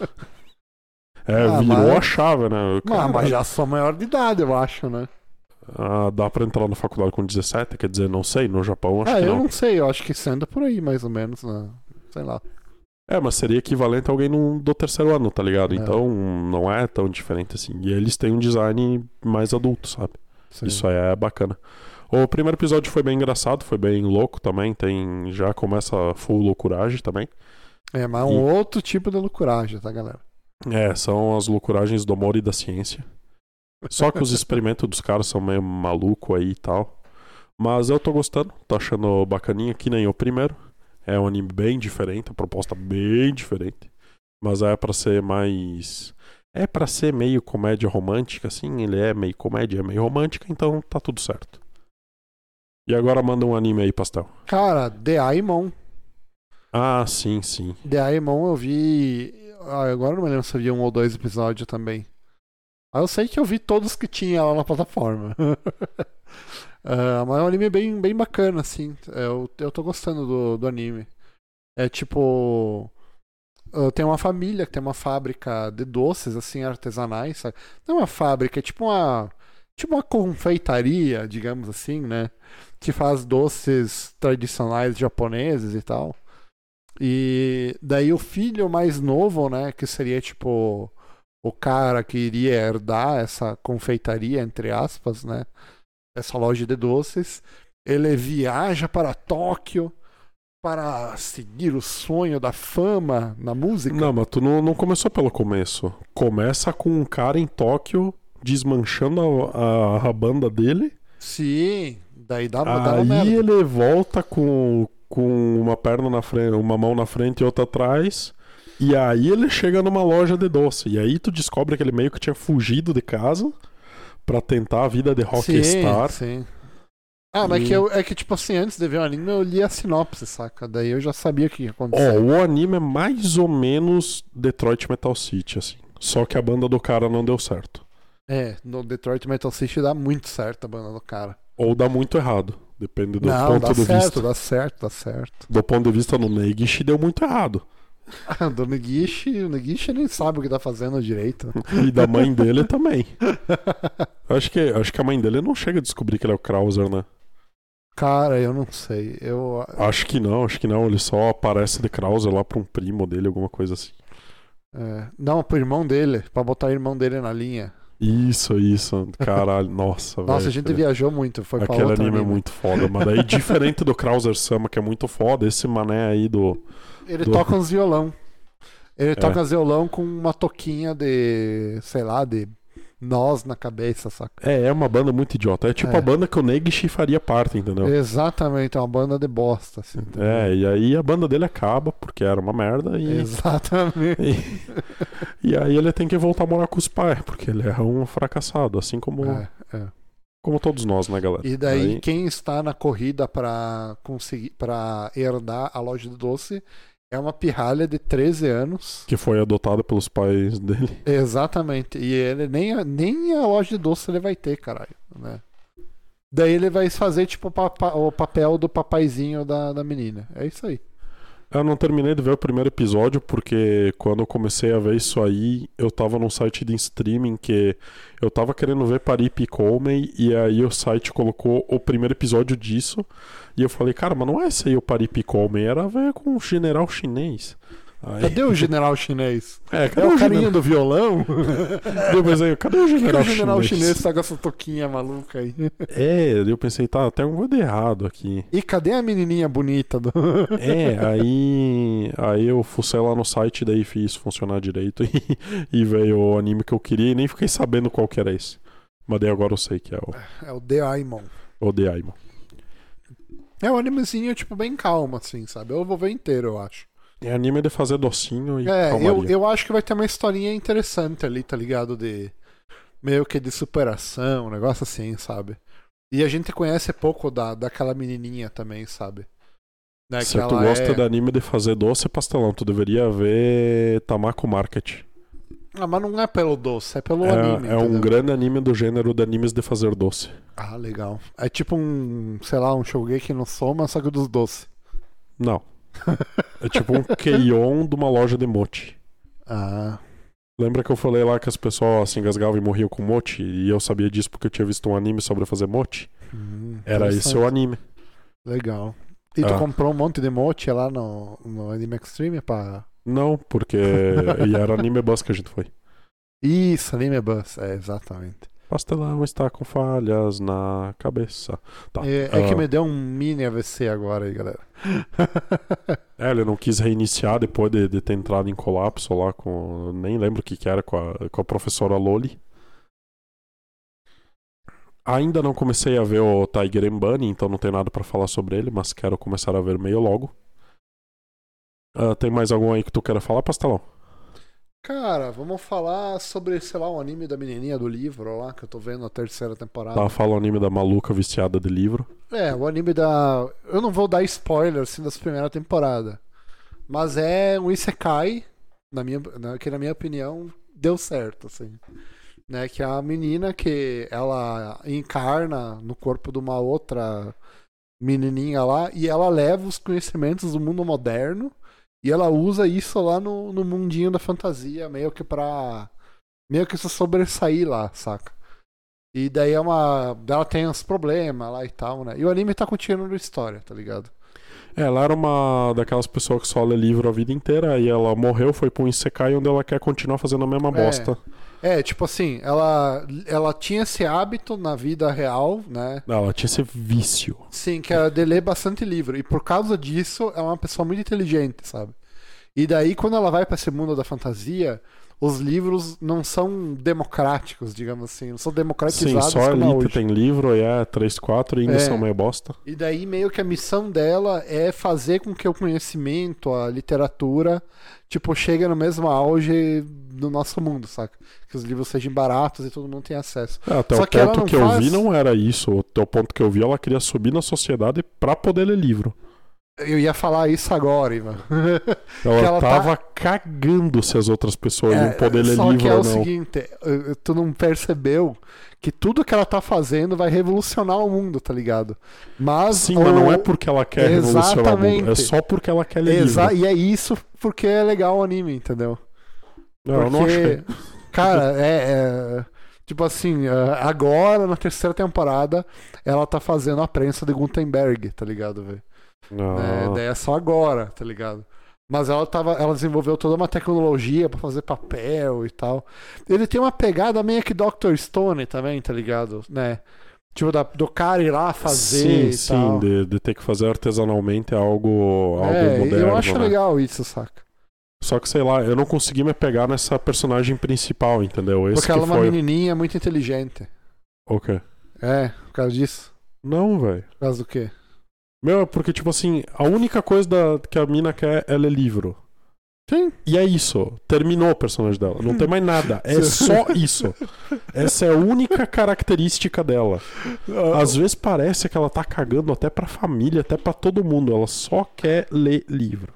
Speaker 1: É,
Speaker 2: Ah,
Speaker 1: virou
Speaker 2: mas-
Speaker 1: a chave, né?
Speaker 2: Ah, mas já sou maior de idade, eu acho, né?
Speaker 1: Ah, dá pra entrar na faculdade com dezessete? Quer dizer, não sei, no Japão acho
Speaker 2: ah,
Speaker 1: que
Speaker 2: eu
Speaker 1: não.
Speaker 2: não sei, eu acho que isso anda por aí, mais ou menos, né? Sei lá.
Speaker 1: É, mas seria equivalente a alguém no, do terceiro ano, tá ligado?
Speaker 2: É.
Speaker 1: Então não é tão diferente assim. E eles têm um design mais adulto, sabe?
Speaker 2: Sim.
Speaker 1: Isso aí é bacana. O primeiro episódio foi bem engraçado, foi bem louco também. Tem, já começa full loucuragem também.
Speaker 2: É, mas é um outro tipo de loucuragem, tá, galera?
Speaker 1: É, são as loucuragens do amor e da ciência. Só que os experimentos dos caras são meio maluco aí e tal. Mas eu tô gostando, tô achando bacaninha, que nem o primeiro. É um anime bem diferente, a proposta bem diferente. Mas é pra ser mais... É pra ser meio comédia romântica, assim. Ele é meio comédia, é meio romântica, então tá tudo certo. E agora manda um anime aí, Pastel.
Speaker 2: Cara, The Aimon.
Speaker 1: Ah, sim, sim.
Speaker 2: The Aimon eu vi. Ah, agora eu não me lembro se eu vi um ou dois episódios também. Ah, eu sei que eu vi todos que tinha lá na plataforma. Ah, mas é um anime bem, bem bacana, assim. Eu, eu tô gostando do, do anime. É tipo. ah, Tem uma família que tem uma fábrica de doces, assim, artesanais, sabe? Não é uma fábrica, é tipo uma. Tipo uma confeitaria, digamos assim, né? Que faz doces tradicionais japoneses e tal. E daí o filho mais novo, né? Que seria tipo o cara que iria herdar essa confeitaria, entre aspas, né? Essa loja de doces. Ele viaja para Tóquio para seguir o sonho da fama na música.
Speaker 1: Não, mas tu não, não começou pelo começo. Começa com um cara em Tóquio desmanchando a, a, a banda dele.
Speaker 2: Sim, daí dá, dá uma
Speaker 1: Aí
Speaker 2: merda.
Speaker 1: ele volta com, com uma perna na frente, uma mão na frente e outra atrás. E aí ele chega numa loja de doce. E aí tu descobre que ele meio que tinha fugido de casa pra tentar a vida de rockstar.
Speaker 2: Sim, sim. Ah, mas
Speaker 1: E-
Speaker 2: é, que eu, é que, tipo assim, antes de ver o anime, eu li a sinopse, saca? Daí eu já sabia o que ia
Speaker 1: Ó,
Speaker 2: acontecer.
Speaker 1: o anime é mais ou menos Detroit Metal City, assim. Só que a banda do cara não deu certo.
Speaker 2: É, no Detroit Metal City dá muito certo a banda do cara.
Speaker 1: Ou dá muito errado. Depende do
Speaker 2: Não,
Speaker 1: ponto
Speaker 2: dá
Speaker 1: de
Speaker 2: certo,
Speaker 1: vista.
Speaker 2: dá certo, dá certo.
Speaker 1: Do ponto de vista do Negishi, deu muito errado.
Speaker 2: Ah, do Negishi, o Negishi nem sabe o que tá fazendo direito.
Speaker 1: E da mãe dele também. Acho que, acho que a mãe dele não chega a descobrir que ele é o Krauser, né?
Speaker 2: Cara, eu não sei. Eu.
Speaker 1: Acho que não, acho que não. Ele só aparece de Krauser lá pra um primo dele, alguma coisa assim.
Speaker 2: É, não, pro irmão dele, pra botar o irmão dele na linha.
Speaker 1: Isso, isso. Caralho, nossa, velho.
Speaker 2: Nossa, a gente viajou muito, foi pra
Speaker 1: Aquele
Speaker 2: outro
Speaker 1: anime é
Speaker 2: anime.
Speaker 1: muito foda. Mas daí, diferente do Krauser Sama, que é muito foda, esse mané aí do.
Speaker 2: Ele
Speaker 1: do-
Speaker 2: toca uns violão. Ele
Speaker 1: É.
Speaker 2: toca uns violão com uma toquinha de, sei lá, de nós na cabeça, saca?
Speaker 1: É, é uma banda muito idiota. É tipo
Speaker 2: É.
Speaker 1: a banda que o Negishi faria parte, entendeu?
Speaker 2: Exatamente, é uma banda de bosta, assim.
Speaker 1: É, e aí a banda dele acaba, porque era uma merda, e,
Speaker 2: Exatamente.
Speaker 1: e, e aí ele tem que voltar a morar com os pais, porque ele é um fracassado, assim como,
Speaker 2: É, é.
Speaker 1: como todos nós, né, galera?
Speaker 2: E daí
Speaker 1: Aí-
Speaker 2: quem está na corrida pra conseguir, para herdar a loja de doce é uma pirralha de treze anos.
Speaker 1: que foi adotado pelos pais dele.
Speaker 2: Exatamente. E ele nem, a- nem a loja de doce ele vai ter, caralho, né? Daí ele vai fazer tipo o, papa- o papel do papaizinho da, da menina. É isso aí.
Speaker 1: Eu não terminei de ver o primeiro episódio, porque quando eu comecei a ver isso aí, eu tava num site de streaming que eu tava querendo ver Parip Colmey, e aí o site colocou o primeiro episódio disso, e eu falei, cara, mas não é esse aí o Parip Colmey, era ver com um general chinês. Aí-
Speaker 2: Cadê o general chinês?
Speaker 1: É,
Speaker 2: É
Speaker 1: cadê
Speaker 2: o
Speaker 1: o
Speaker 2: carinha
Speaker 1: general?
Speaker 2: do violão?
Speaker 1: Deu, mas aí, cadê o
Speaker 2: Por que que
Speaker 1: general,
Speaker 2: o general
Speaker 1: chinês?
Speaker 2: chinês tá com essa toquinha maluca aí?
Speaker 1: É, eu pensei, tá, tem alguma coisa de errado aqui.
Speaker 2: E cadê a menininha bonita do...
Speaker 1: É, aí, aí eu fucei lá no site, daí fiz funcionar direito e, e veio o anime que eu queria e nem fiquei sabendo qual que era esse. Mas daí agora eu sei que é o,
Speaker 2: É o The Aimon.
Speaker 1: o The Aimon.
Speaker 2: É um animezinho, tipo, bem calmo, assim, sabe? Eu vou ver inteiro, eu acho.
Speaker 1: É anime de fazer docinho e
Speaker 2: É, eu,
Speaker 1: calmaria.
Speaker 2: eu acho que vai ter uma historinha interessante ali, tá ligado? De meio que de superação, um negócio assim, sabe? E a gente conhece pouco da, daquela menininha também, sabe? Né,
Speaker 1: Se
Speaker 2: que
Speaker 1: tu
Speaker 2: ela
Speaker 1: gosta
Speaker 2: é...
Speaker 1: de anime de fazer doce, pastelão, tu deveria ver Tamako Market.
Speaker 2: Ah, mas não é pelo doce, é pelo
Speaker 1: É,
Speaker 2: anime.
Speaker 1: é um
Speaker 2: entendeu?
Speaker 1: grande anime do gênero de animes de fazer doce.
Speaker 2: Ah, legal. É tipo um, sei lá, um Shogeki no Soma, só que dos doces.
Speaker 1: Não. É tipo um Keion de uma loja de mochi.
Speaker 2: Ah,
Speaker 1: Lembra que eu falei lá que as pessoas se engasgavam e morriam com mochi? E eu sabia disso porque eu tinha visto um anime sobre fazer mochi?
Speaker 2: hum,
Speaker 1: Era esse o anime.
Speaker 2: legal. E tu
Speaker 1: Ah.
Speaker 2: comprou um monte de mochi lá no, no Anime Extreme pra...
Speaker 1: Não, porque e era Anime Bus que a gente foi.
Speaker 2: Isso, Anime Bus, é, exatamente.
Speaker 1: Pastelão está com falhas na cabeça. Tá.
Speaker 2: É, é que
Speaker 1: ah,
Speaker 2: me deu um mini A V C agora aí, galera.
Speaker 1: É, ele não quis reiniciar depois de, de ter entrado em colapso lá com. Nem lembro o que, que era com a, com a professora Loli. Ainda não comecei a ver o Tiger and Bunny, então não tem nada pra falar sobre ele, mas quero começar a ver meio logo. Ah, tem mais algum aí que tu queira falar, Pastelão?
Speaker 2: Cara, vamos falar sobre, sei lá, o anime da menininha do livro lá, que eu tô vendo a terceira temporada.
Speaker 1: Tá, fala o anime da maluca viciada de livro.
Speaker 2: É, o anime da... Eu não vou dar spoiler, assim, das primeiras temporadas. Mas é um isekai, na minha, na, que na minha opinião, deu certo, assim. Né, que é a menina que ela encarna no corpo de uma outra menininha lá e ela leva os conhecimentos do mundo moderno e ela usa isso lá no, no mundinho da fantasia, meio que pra... meio que se sobressair lá, saca? E daí é uma... ela tem uns problemas lá e tal, né? E o anime tá continuando a história, tá ligado?
Speaker 1: É, ela era uma daquelas pessoas que só lê livro a vida inteira e ela morreu, foi pra um isekai onde ela quer continuar fazendo a mesma bosta.
Speaker 2: É, tipo assim, ela, ela tinha esse hábito na vida real, né?
Speaker 1: Ela tinha esse vício.
Speaker 2: Sim, que era de ler bastante livro. E por causa disso, ela é uma pessoa muito inteligente, sabe? E daí, quando ela vai pra esse mundo da fantasia, os livros não são democráticos, digamos assim. Não são
Speaker 1: Sim,
Speaker 2: democratizados
Speaker 1: só a
Speaker 2: como é
Speaker 1: Elite
Speaker 2: hoje.
Speaker 1: tem livro e é três, quatro e ainda
Speaker 2: É.
Speaker 1: são meio bosta.
Speaker 2: E daí, meio que a missão dela é fazer com que o conhecimento, a literatura, tipo, chegue no mesmo auge do nosso mundo, saca? Que os livros sejam baratos e todo mundo tenha acesso.
Speaker 1: É, até
Speaker 2: Só
Speaker 1: o
Speaker 2: que ela
Speaker 1: ponto
Speaker 2: não
Speaker 1: que eu
Speaker 2: faz-
Speaker 1: vi não era isso. Até o ponto que eu vi, ela queria subir na sociedade pra poder ler livro.
Speaker 2: Eu ia falar isso agora, Ivan.
Speaker 1: Ela,
Speaker 2: Que ela tá-
Speaker 1: tava cagando se as outras pessoas iam poder ler
Speaker 2: só
Speaker 1: livro
Speaker 2: que é
Speaker 1: ou
Speaker 2: o
Speaker 1: não.
Speaker 2: seguinte, eh, tu não percebeu que tudo que ela tá fazendo vai revolucionar o mundo, tá ligado? Mas
Speaker 1: Sim,
Speaker 2: o...
Speaker 1: mas não é porque ela quer revolucionar o mundo. É
Speaker 2: Exatamente.
Speaker 1: só porque ela quer ler
Speaker 2: Exa...
Speaker 1: livro.
Speaker 2: E é isso porque é legal o anime, entendeu?
Speaker 1: Não, eu não achei.
Speaker 2: Cara, é, é- tipo assim, é, agora na terceira temporada ela tá fazendo a prensa de Gutenberg, tá ligado, velho? Né?
Speaker 1: Ah,
Speaker 2: Daí é só agora, tá ligado? Mas ela tava, ela desenvolveu toda uma tecnologia pra fazer papel e tal. Ele tem uma pegada meio que doutor Stone também, tá ligado? Né? Tipo, da- do cara ir lá fazer
Speaker 1: sim,
Speaker 2: e
Speaker 1: sim,
Speaker 2: tal.
Speaker 1: de, de ter que fazer artesanalmente é algo, algo
Speaker 2: É,
Speaker 1: moderno.
Speaker 2: eu acho
Speaker 1: né?
Speaker 2: legal isso, saca?
Speaker 1: Só que sei lá, eu não consegui me pegar nessa personagem principal, entendeu? Esse
Speaker 2: Porque ela é
Speaker 1: que
Speaker 2: uma
Speaker 1: foi.
Speaker 2: menininha muito inteligente.
Speaker 1: O quê?
Speaker 2: É, por causa disso.
Speaker 1: Não, velho.
Speaker 2: Por causa do quê?
Speaker 1: Meu, é porque, tipo assim, a única coisa da, que a mina quer é ler livro.
Speaker 2: Sim.
Speaker 1: E é isso. Terminou o personagem dela. Não tem mais nada. É só isso. Essa é a única característica dela. Às vezes parece que ela tá cagando até pra família, até pra todo mundo. Ela só quer ler livro.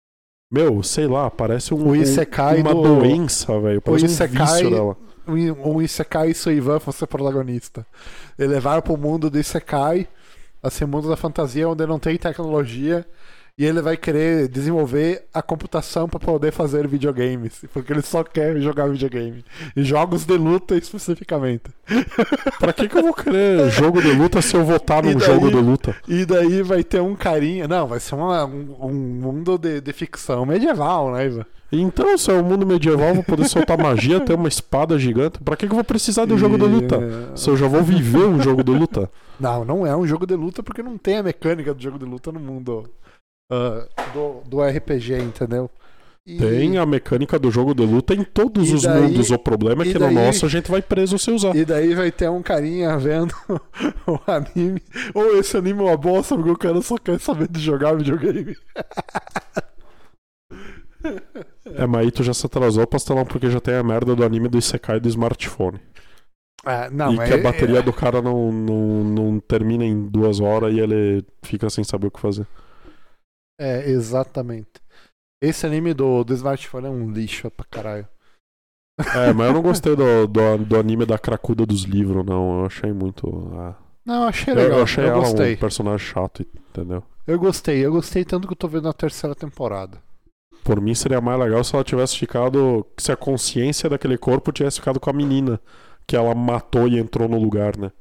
Speaker 1: Meu, sei lá, parece um,
Speaker 2: O
Speaker 1: um-
Speaker 2: Isekai
Speaker 1: uma
Speaker 2: do-
Speaker 1: doença, velho. Parece um
Speaker 2: Isekai-
Speaker 1: vício dela.
Speaker 2: Um Isekai se o Ivan fosse protagonista. Ele levar pro mundo do Isekai, assim, o mundo da fantasia onde não tem tecnologia, e ele vai querer desenvolver a computação pra poder fazer videogames, porque ele só quer jogar videogame. E jogos de luta especificamente.
Speaker 1: Pra que, que eu vou querer jogo de luta se eu votar
Speaker 2: E
Speaker 1: num
Speaker 2: daí-
Speaker 1: jogo de luta?
Speaker 2: E daí vai ter um carinha. Não, vai ser uma- um, um mundo de, de ficção medieval, né, Ivan?
Speaker 1: Então, se é um mundo medieval, eu vou poder soltar magia, ter uma espada gigante. Pra que, que eu vou precisar de um jogo de luta? Se eu já vou viver um jogo de luta.
Speaker 2: Não, não é um jogo de luta porque não tem a mecânica do jogo de luta no mundo ah, do, do R P G, entendeu? E-
Speaker 1: Tem a mecânica do jogo de luta em todos
Speaker 2: E
Speaker 1: os
Speaker 2: daí-
Speaker 1: mundos. O problema é
Speaker 2: e
Speaker 1: que
Speaker 2: daí-
Speaker 1: no nosso a gente vai preso se usar.
Speaker 2: E daí vai ter um carinha vendo o anime. Ou esse anime é uma bosta porque o cara só quer saber de jogar videogame.
Speaker 1: É, mas aí tu já se atrasou, pastelão, porque já tem a merda do anime do Isekai do smartphone.
Speaker 2: É, não,
Speaker 1: e
Speaker 2: é,
Speaker 1: que a bateria
Speaker 2: é,
Speaker 1: do cara não, não, não termina em duas horas e ele fica sem saber o que fazer.
Speaker 2: é, exatamente. Esse anime do, do smartphone é um lixo pra caralho.
Speaker 1: É, mas eu não gostei do, do, do anime da cracuda dos livros, não. Eu achei muito. Ah.
Speaker 2: Não, eu achei
Speaker 1: Eu,
Speaker 2: legal,
Speaker 1: eu
Speaker 2: eu,
Speaker 1: achei ela
Speaker 2: gostei.
Speaker 1: um personagem chato, entendeu?
Speaker 2: Eu gostei, eu gostei tanto que eu tô vendo a terceira temporada.
Speaker 1: Por mim seria mais legal se ela tivesse ficado. Se a consciência daquele corpo tivesse ficado com a menina que ela matou e entrou no lugar, né?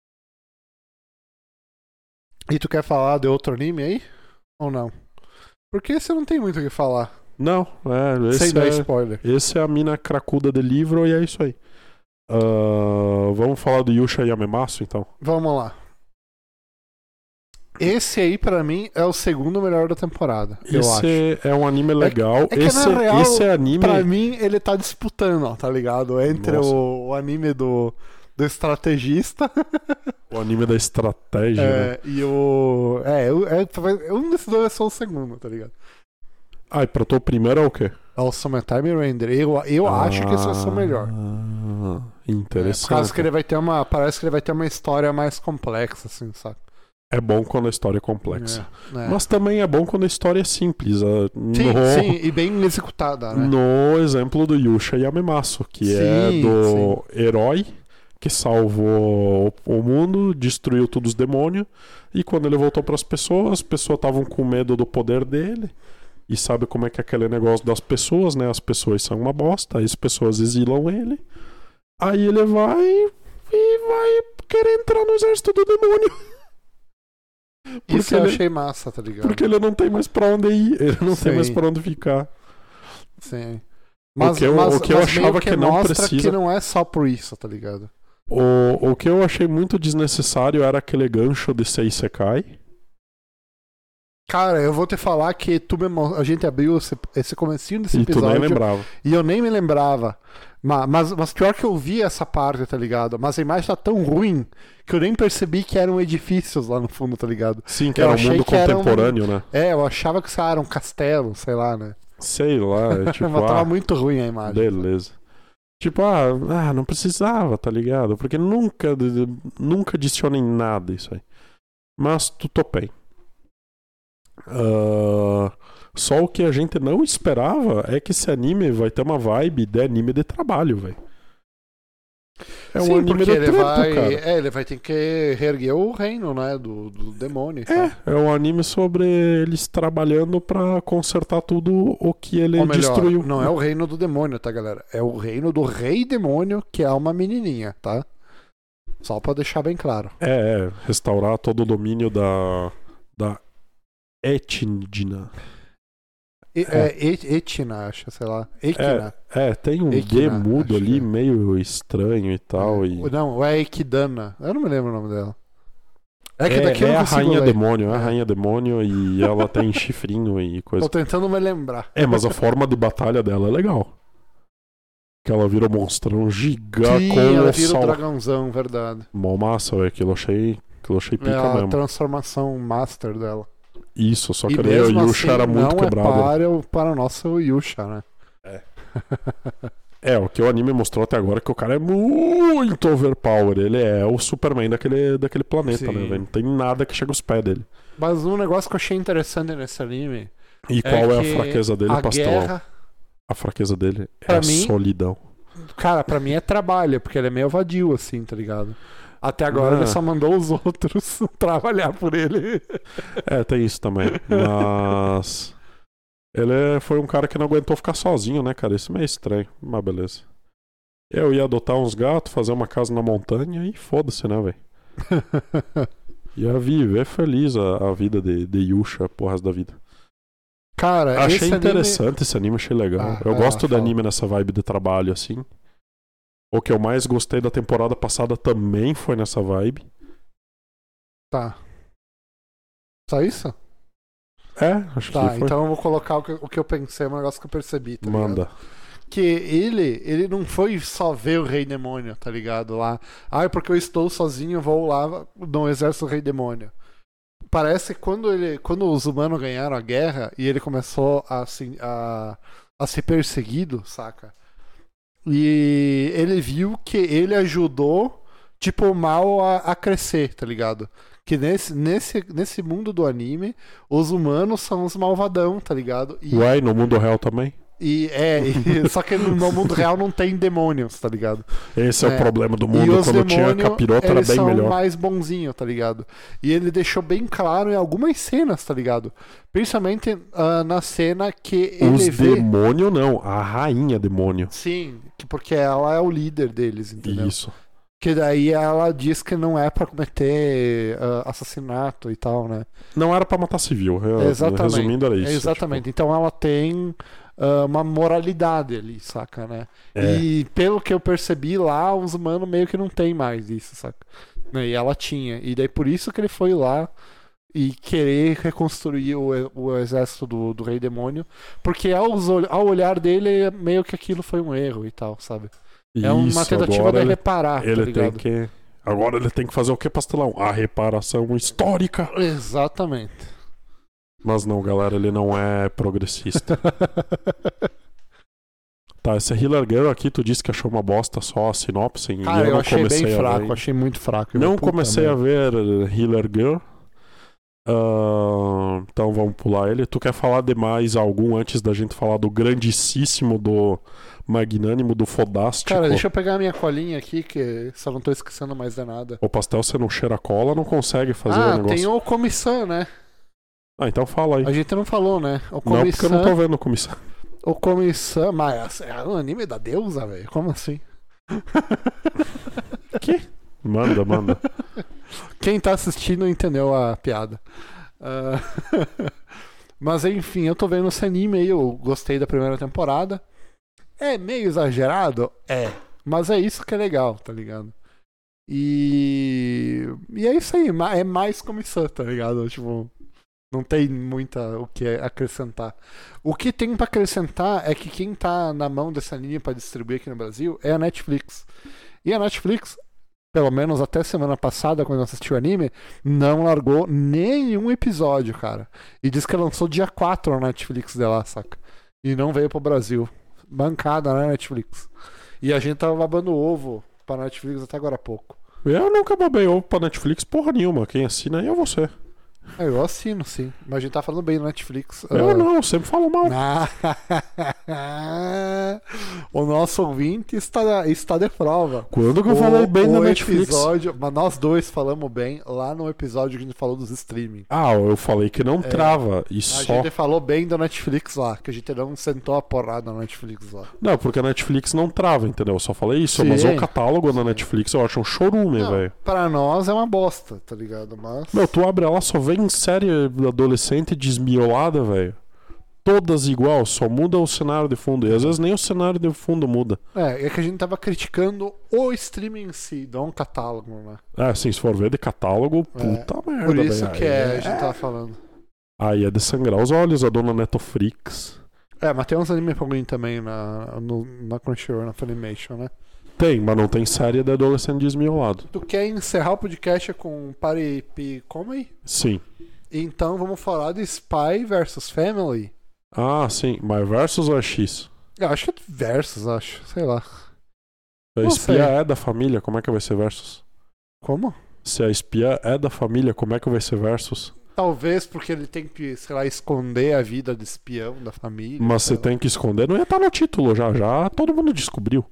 Speaker 2: E tu quer falar de outro anime aí? Ou não? Porque esse não tem muito o que falar.
Speaker 1: Não, é. Esse
Speaker 2: Sem dar
Speaker 1: é,
Speaker 2: spoiler.
Speaker 1: esse é a mina cracuda de livro e é isso aí. Uh, vamos falar do Yusha Yamematsu, então?
Speaker 2: Vamos lá. Esse aí, pra mim, é o segundo melhor da temporada. Eu acho.
Speaker 1: Esse é um anime legal.
Speaker 2: É que,
Speaker 1: esse,
Speaker 2: na real,
Speaker 1: esse é anime.
Speaker 2: Pra mim, ele tá disputando, ó, tá ligado? Entre
Speaker 1: Nossa.
Speaker 2: o, o anime do, do estrategista.
Speaker 1: O anime da estratégia,
Speaker 2: é,
Speaker 1: né?
Speaker 2: E o. É, eu- é, talvez- um desses dois é só o segundo, tá ligado?
Speaker 1: Ah, e pra tu o primeiro é o quê?
Speaker 2: É o Summertime Render. Eu, eu
Speaker 1: ah,
Speaker 2: acho que esse vai ser o melhor.
Speaker 1: Interessante.
Speaker 2: É, por causa que ele vai ter uma. Parece que ele vai ter uma história mais complexa, assim, sabe?
Speaker 1: É bom quando a história é complexa.
Speaker 2: É, é.
Speaker 1: Mas também é bom quando a história é simples. ah,
Speaker 2: Sim,
Speaker 1: no,
Speaker 2: sim, e bem executada, né?
Speaker 1: no exemplo do Yusha Yamematsu, que
Speaker 2: Sim,
Speaker 1: é do
Speaker 2: sim.
Speaker 1: herói que salvou o mundo, destruiu todos os demônios, e quando ele voltou para as pessoas, as pessoas estavam com medo do poder dele. E sabe como é que é aquele negócio das pessoas, né? As pessoas são uma bosta, aí as pessoas exilam ele. Aí ele vai e vai querer entrar no exército do demônio. Porque
Speaker 2: Isso eu
Speaker 1: ele,
Speaker 2: achei massa, tá ligado?
Speaker 1: porque ele não tem mais pra onde ir, ele não
Speaker 2: Sim.
Speaker 1: tem mais pra onde ficar.
Speaker 2: Sim. Mas,
Speaker 1: o que eu,
Speaker 2: mas,
Speaker 1: o que eu
Speaker 2: mas meio
Speaker 1: achava que, não
Speaker 2: mostra
Speaker 1: precisa.
Speaker 2: que não é só por isso, tá ligado?
Speaker 1: O, o que eu achei muito desnecessário era aquele gancho de ser Isekai.
Speaker 2: Cara, eu vou te falar que tu me, mo- a gente abriu esse, esse comecinho desse
Speaker 1: E tu
Speaker 2: episódio
Speaker 1: nem lembrava.
Speaker 2: e eu nem me lembrava. Ma- Mas, mas pior que eu vi essa parte, tá ligado? Mas a imagem tá tão ruim que eu nem percebi que eram edifícios lá no fundo, tá ligado?
Speaker 1: Sim, que
Speaker 2: Eu
Speaker 1: era um
Speaker 2: achei
Speaker 1: mundo
Speaker 2: que era um-
Speaker 1: contemporâneo, né?
Speaker 2: É, eu achava que isso era um castelo, sei lá, né?
Speaker 1: Sei lá, é tipo,
Speaker 2: Mas tava
Speaker 1: ah,
Speaker 2: muito ruim a imagem.
Speaker 1: beleza. Tipo, ah, ah, não precisava, tá ligado? Porque nunca, nunca adiciona em nada isso aí. Mas tudo bem. Ah, só o que a gente não esperava é que esse anime vai ter uma vibe de anime de trabalho, velho. É um
Speaker 2: Sim,
Speaker 1: anime
Speaker 2: porque
Speaker 1: de
Speaker 2: ele
Speaker 1: trampo,
Speaker 2: vai,
Speaker 1: cara.
Speaker 2: é, ele vai ter que reerguer o reino, né, do, do demônio. e tal.
Speaker 1: É, é um anime sobre eles trabalhando pra consertar tudo o que ele
Speaker 2: Ou melhor,
Speaker 1: destruiu.
Speaker 2: não é o reino do demônio, tá, galera? É o reino do rei demônio, que é uma menininha, tá? Só pra deixar bem claro.
Speaker 1: É, é, restaurar todo o domínio da da Etnina.
Speaker 2: E, é, Et- Etna, acho, sei lá. Ekina.
Speaker 1: É, tem um
Speaker 2: Equina,
Speaker 1: D mudo
Speaker 2: acho
Speaker 1: ali,
Speaker 2: que é.
Speaker 1: meio estranho e tal.
Speaker 2: É.
Speaker 1: E...
Speaker 2: Não, ou é Ekidana. Eu não me lembro o nome dela. É que
Speaker 1: É,
Speaker 2: daqui eu
Speaker 1: é
Speaker 2: não
Speaker 1: a
Speaker 2: consigo
Speaker 1: rainha
Speaker 2: ler.
Speaker 1: demônio, é a
Speaker 2: É.
Speaker 1: rainha demônio e ela tem chifrinho e coisa.
Speaker 2: Tô tentando me lembrar.
Speaker 1: É, mas a forma de batalha dela é legal. Que ela vira um monstrão gigante,
Speaker 2: Sim, ela vira o
Speaker 1: colossal.
Speaker 2: dragãozão, verdade.
Speaker 1: Mó massa, velho. Aquilo eu achei, aquilo eu achei
Speaker 2: É
Speaker 1: pica
Speaker 2: a
Speaker 1: mesmo.
Speaker 2: transformação master dela.
Speaker 1: Isso, só
Speaker 2: E
Speaker 1: que daí o
Speaker 2: mesmo
Speaker 1: Yusha
Speaker 2: assim,
Speaker 1: era muito
Speaker 2: não
Speaker 1: quebrado.
Speaker 2: é para, o- para o nosso Yusha, né?
Speaker 1: É, o que o anime mostrou até agora é que o cara é muito overpower. Ele é o Superman daquele, daquele planeta,
Speaker 2: Sim.
Speaker 1: né, velho? Não tem nada que chegue aos pés dele.
Speaker 2: Mas um negócio que eu achei interessante nesse anime
Speaker 1: E
Speaker 2: é
Speaker 1: qual é,
Speaker 2: que
Speaker 1: a fraqueza dele,
Speaker 2: a
Speaker 1: pastelão?
Speaker 2: guerra,
Speaker 1: A fraqueza dele é
Speaker 2: Pra
Speaker 1: a
Speaker 2: mim-
Speaker 1: solidão.
Speaker 2: cara, pra mim é trabalho, porque ele é meio vadio, assim, tá ligado? Até agora
Speaker 1: Ah.
Speaker 2: ele só mandou os outros trabalhar por ele.
Speaker 1: É, tem isso também. Mas. Ele é- foi um cara que não aguentou ficar sozinho, né, cara? Isso é meio estranho. Mas beleza. Eu ia adotar uns gatos, fazer uma casa na montanha e foda-se, né, velho? Ia viver feliz a, a vida de, de Yusha pro resto da vida.
Speaker 2: Cara,
Speaker 1: Achei
Speaker 2: esse anime...
Speaker 1: interessante esse anime, achei legal.
Speaker 2: Ah,
Speaker 1: eu
Speaker 2: ah,
Speaker 1: gosto de
Speaker 2: fala.
Speaker 1: anime nessa vibe de trabalho, assim. O que eu mais gostei da temporada passada também foi nessa vibe.
Speaker 2: Tá. Só isso?
Speaker 1: É, acho
Speaker 2: Tá,
Speaker 1: que foi.
Speaker 2: então eu vou colocar o que, o que eu pensei, um negócio que eu percebi, tá ligado?
Speaker 1: Manda.
Speaker 2: Que ele, ele não foi só ver o Rei Demônio, tá ligado? Lá. Ah, é porque eu estou sozinho, vou lá no exército do Rei Demônio. Parece que quando, ele, quando os humanos ganharam a guerra e ele começou a, assim, a, a ser perseguido, saca? E ele viu que ele ajudou, tipo, o mal a, a crescer, tá ligado? Que nesse, nesse, nesse mundo do anime, os humanos são os malvadão, tá ligado? E,
Speaker 1: Ué, no mundo real também?
Speaker 2: e é, e- só que no mundo real não tem demônios, tá ligado?
Speaker 1: Esse é,
Speaker 2: É.
Speaker 1: o problema do
Speaker 2: E
Speaker 1: mundo.
Speaker 2: os
Speaker 1: Quando tinha
Speaker 2: demônios,
Speaker 1: capiroto era
Speaker 2: eles
Speaker 1: bem
Speaker 2: são
Speaker 1: melhor.
Speaker 2: mais bonzinhos, tá ligado? E ele deixou bem claro em algumas cenas, tá ligado? Principalmente ah, na cena que ele
Speaker 1: Os
Speaker 2: vê...
Speaker 1: demônios não, a rainha demônio.
Speaker 2: Sim, que- porque ela é o líder deles, entendeu?
Speaker 1: Isso.
Speaker 2: Que daí ela diz que não é pra cometer ah, assassinato e tal, né?
Speaker 1: Não era pra matar civil. re-
Speaker 2: Exatamente.
Speaker 1: Resumindo, era isso.
Speaker 2: Exatamente. Então ela tem ah, uma moralidade ali, saca, né?
Speaker 1: Tipo, é.
Speaker 2: E pelo que eu percebi lá, os humanos meio que não tem mais isso, saca? Né, e ela tinha. E daí por isso que ele foi lá e querer reconstruir o, o exército do, do Rei Demônio. Porque ao, ao olhar dele, meio que aquilo foi um erro e tal, sabe? É uma
Speaker 1: Isso,
Speaker 2: tentativa
Speaker 1: agora
Speaker 2: de
Speaker 1: ele,
Speaker 2: reparar, tá
Speaker 1: ele tem
Speaker 2: ligado?
Speaker 1: que. Agora ele tem que fazer o que, pastelão? A reparação histórica.
Speaker 2: Exatamente.
Speaker 1: Mas não, galera, ele não é progressista. Tá, esse Healer Girl aqui, tu disse que achou uma bosta só a sinopse. e
Speaker 2: Cara,
Speaker 1: eu
Speaker 2: eu
Speaker 1: não
Speaker 2: achei
Speaker 1: comecei
Speaker 2: bem
Speaker 1: a
Speaker 2: fraco,
Speaker 1: ver.
Speaker 2: achei muito fraco.
Speaker 1: Não
Speaker 2: Puta
Speaker 1: comecei a
Speaker 2: merda.
Speaker 1: ver Healer Girl. Ah, então vamos pular ele. Tu quer falar de mais algum antes da gente falar do grandíssimo, do magnânimo, do fodástico?
Speaker 2: Cara, deixa eu pegar a minha colinha aqui, que só não tô esquecendo mais de nada.
Speaker 1: O pastel, você não cheira cola, não consegue fazer o
Speaker 2: Ah,
Speaker 1: negócio.
Speaker 2: tem o Comissão, né?
Speaker 1: Ah, então fala aí.
Speaker 2: A gente não falou, né? O
Speaker 1: Não, porque eu
Speaker 2: Comissão,
Speaker 1: não tô vendo comissão.
Speaker 2: o Comissão, mas é um anime da deusa, velho. Como assim?
Speaker 1: Que? Manda, manda.
Speaker 2: Quem tá assistindo entendeu a piada. Ah, mas enfim, eu tô vendo esse anime aí, eu gostei da primeira temporada. É meio exagerado? É. Mas é isso que é legal, tá ligado? E. E é isso aí, ma- é mais comissão, tá ligado? Tipo, não tem muita o que acrescentar. O que tem pra acrescentar é que quem tá na mão desse anime pra distribuir aqui no Brasil é a Netflix. E a Netflix, pelo menos até semana passada, quando eu assisti o anime, não largou nenhum episódio, cara. E diz que lançou dia quatro na Netflix dela, saca? E não veio pro Brasil. Bancada na Netflix. E a gente tava babando ovo pra Netflix até agora há pouco.
Speaker 1: Eu nunca babei ovo pra Netflix, porra nenhuma. Quem assina aí é você.
Speaker 2: Ah, eu assino, sim. Mas a gente tá falando bem da Netflix.
Speaker 1: Eu
Speaker 2: Ah,
Speaker 1: não, sempre falo mal.
Speaker 2: Ah, o nosso ouvinte está, está de prova.
Speaker 1: Quando que eu
Speaker 2: O-
Speaker 1: falei bem
Speaker 2: o
Speaker 1: da Netflix?
Speaker 2: episódio, mas nós dois falamos bem lá no episódio que a gente falou dos streaming.
Speaker 1: Ah, eu falei que não trava. E
Speaker 2: A
Speaker 1: só.
Speaker 2: gente falou bem da Netflix lá, que a gente não sentou a porrada na Netflix lá.
Speaker 1: Não, porque a Netflix não trava, entendeu? Eu só falei isso.
Speaker 2: Sim.
Speaker 1: Mas o catálogo da
Speaker 2: Sim.
Speaker 1: Netflix eu acho um chorume,
Speaker 2: Não,
Speaker 1: velho.
Speaker 2: pra nós é uma bosta, tá ligado? Mas.
Speaker 1: Meu, tu abre ela, só vem série adolescente desmiolada, velho. Todas igual, só muda o cenário de fundo. E às vezes nem o cenário de fundo muda.
Speaker 2: É, é que a gente tava criticando o streaming em si, não o catálogo, né?
Speaker 1: É, assim, se for ver de catálogo,
Speaker 2: É,
Speaker 1: puta merda,
Speaker 2: Por isso
Speaker 1: velho.
Speaker 2: que é,
Speaker 1: Aí
Speaker 2: a gente tava falando.
Speaker 1: Aí é de sangrar os olhos, a dona Netflix.
Speaker 2: É, mas tem uns anime ruins também na, no, na Crunchyroll, na Funimation, né?
Speaker 1: Tem, mas não tem série de adolescente desmiolado.
Speaker 2: Tu quer encerrar o podcast com Party Comedy?
Speaker 1: Sim.
Speaker 2: Então vamos falar de Spy versus Family.
Speaker 1: Ah, sim. Mas versus ou é X?
Speaker 2: Eu acho que é versus, acho. Sei lá.
Speaker 1: Se a
Speaker 2: Não
Speaker 1: espia
Speaker 2: sei.
Speaker 1: é da família, como é que vai ser versus?
Speaker 2: Como?
Speaker 1: Se a espia é da família, como é que vai ser versus?
Speaker 2: Talvez porque ele tem que, sei lá, esconder a vida de espião da família.
Speaker 1: Mas
Speaker 2: sei
Speaker 1: você
Speaker 2: lá.
Speaker 1: tem que esconder, não ia estar no título já, já todo mundo descobriu.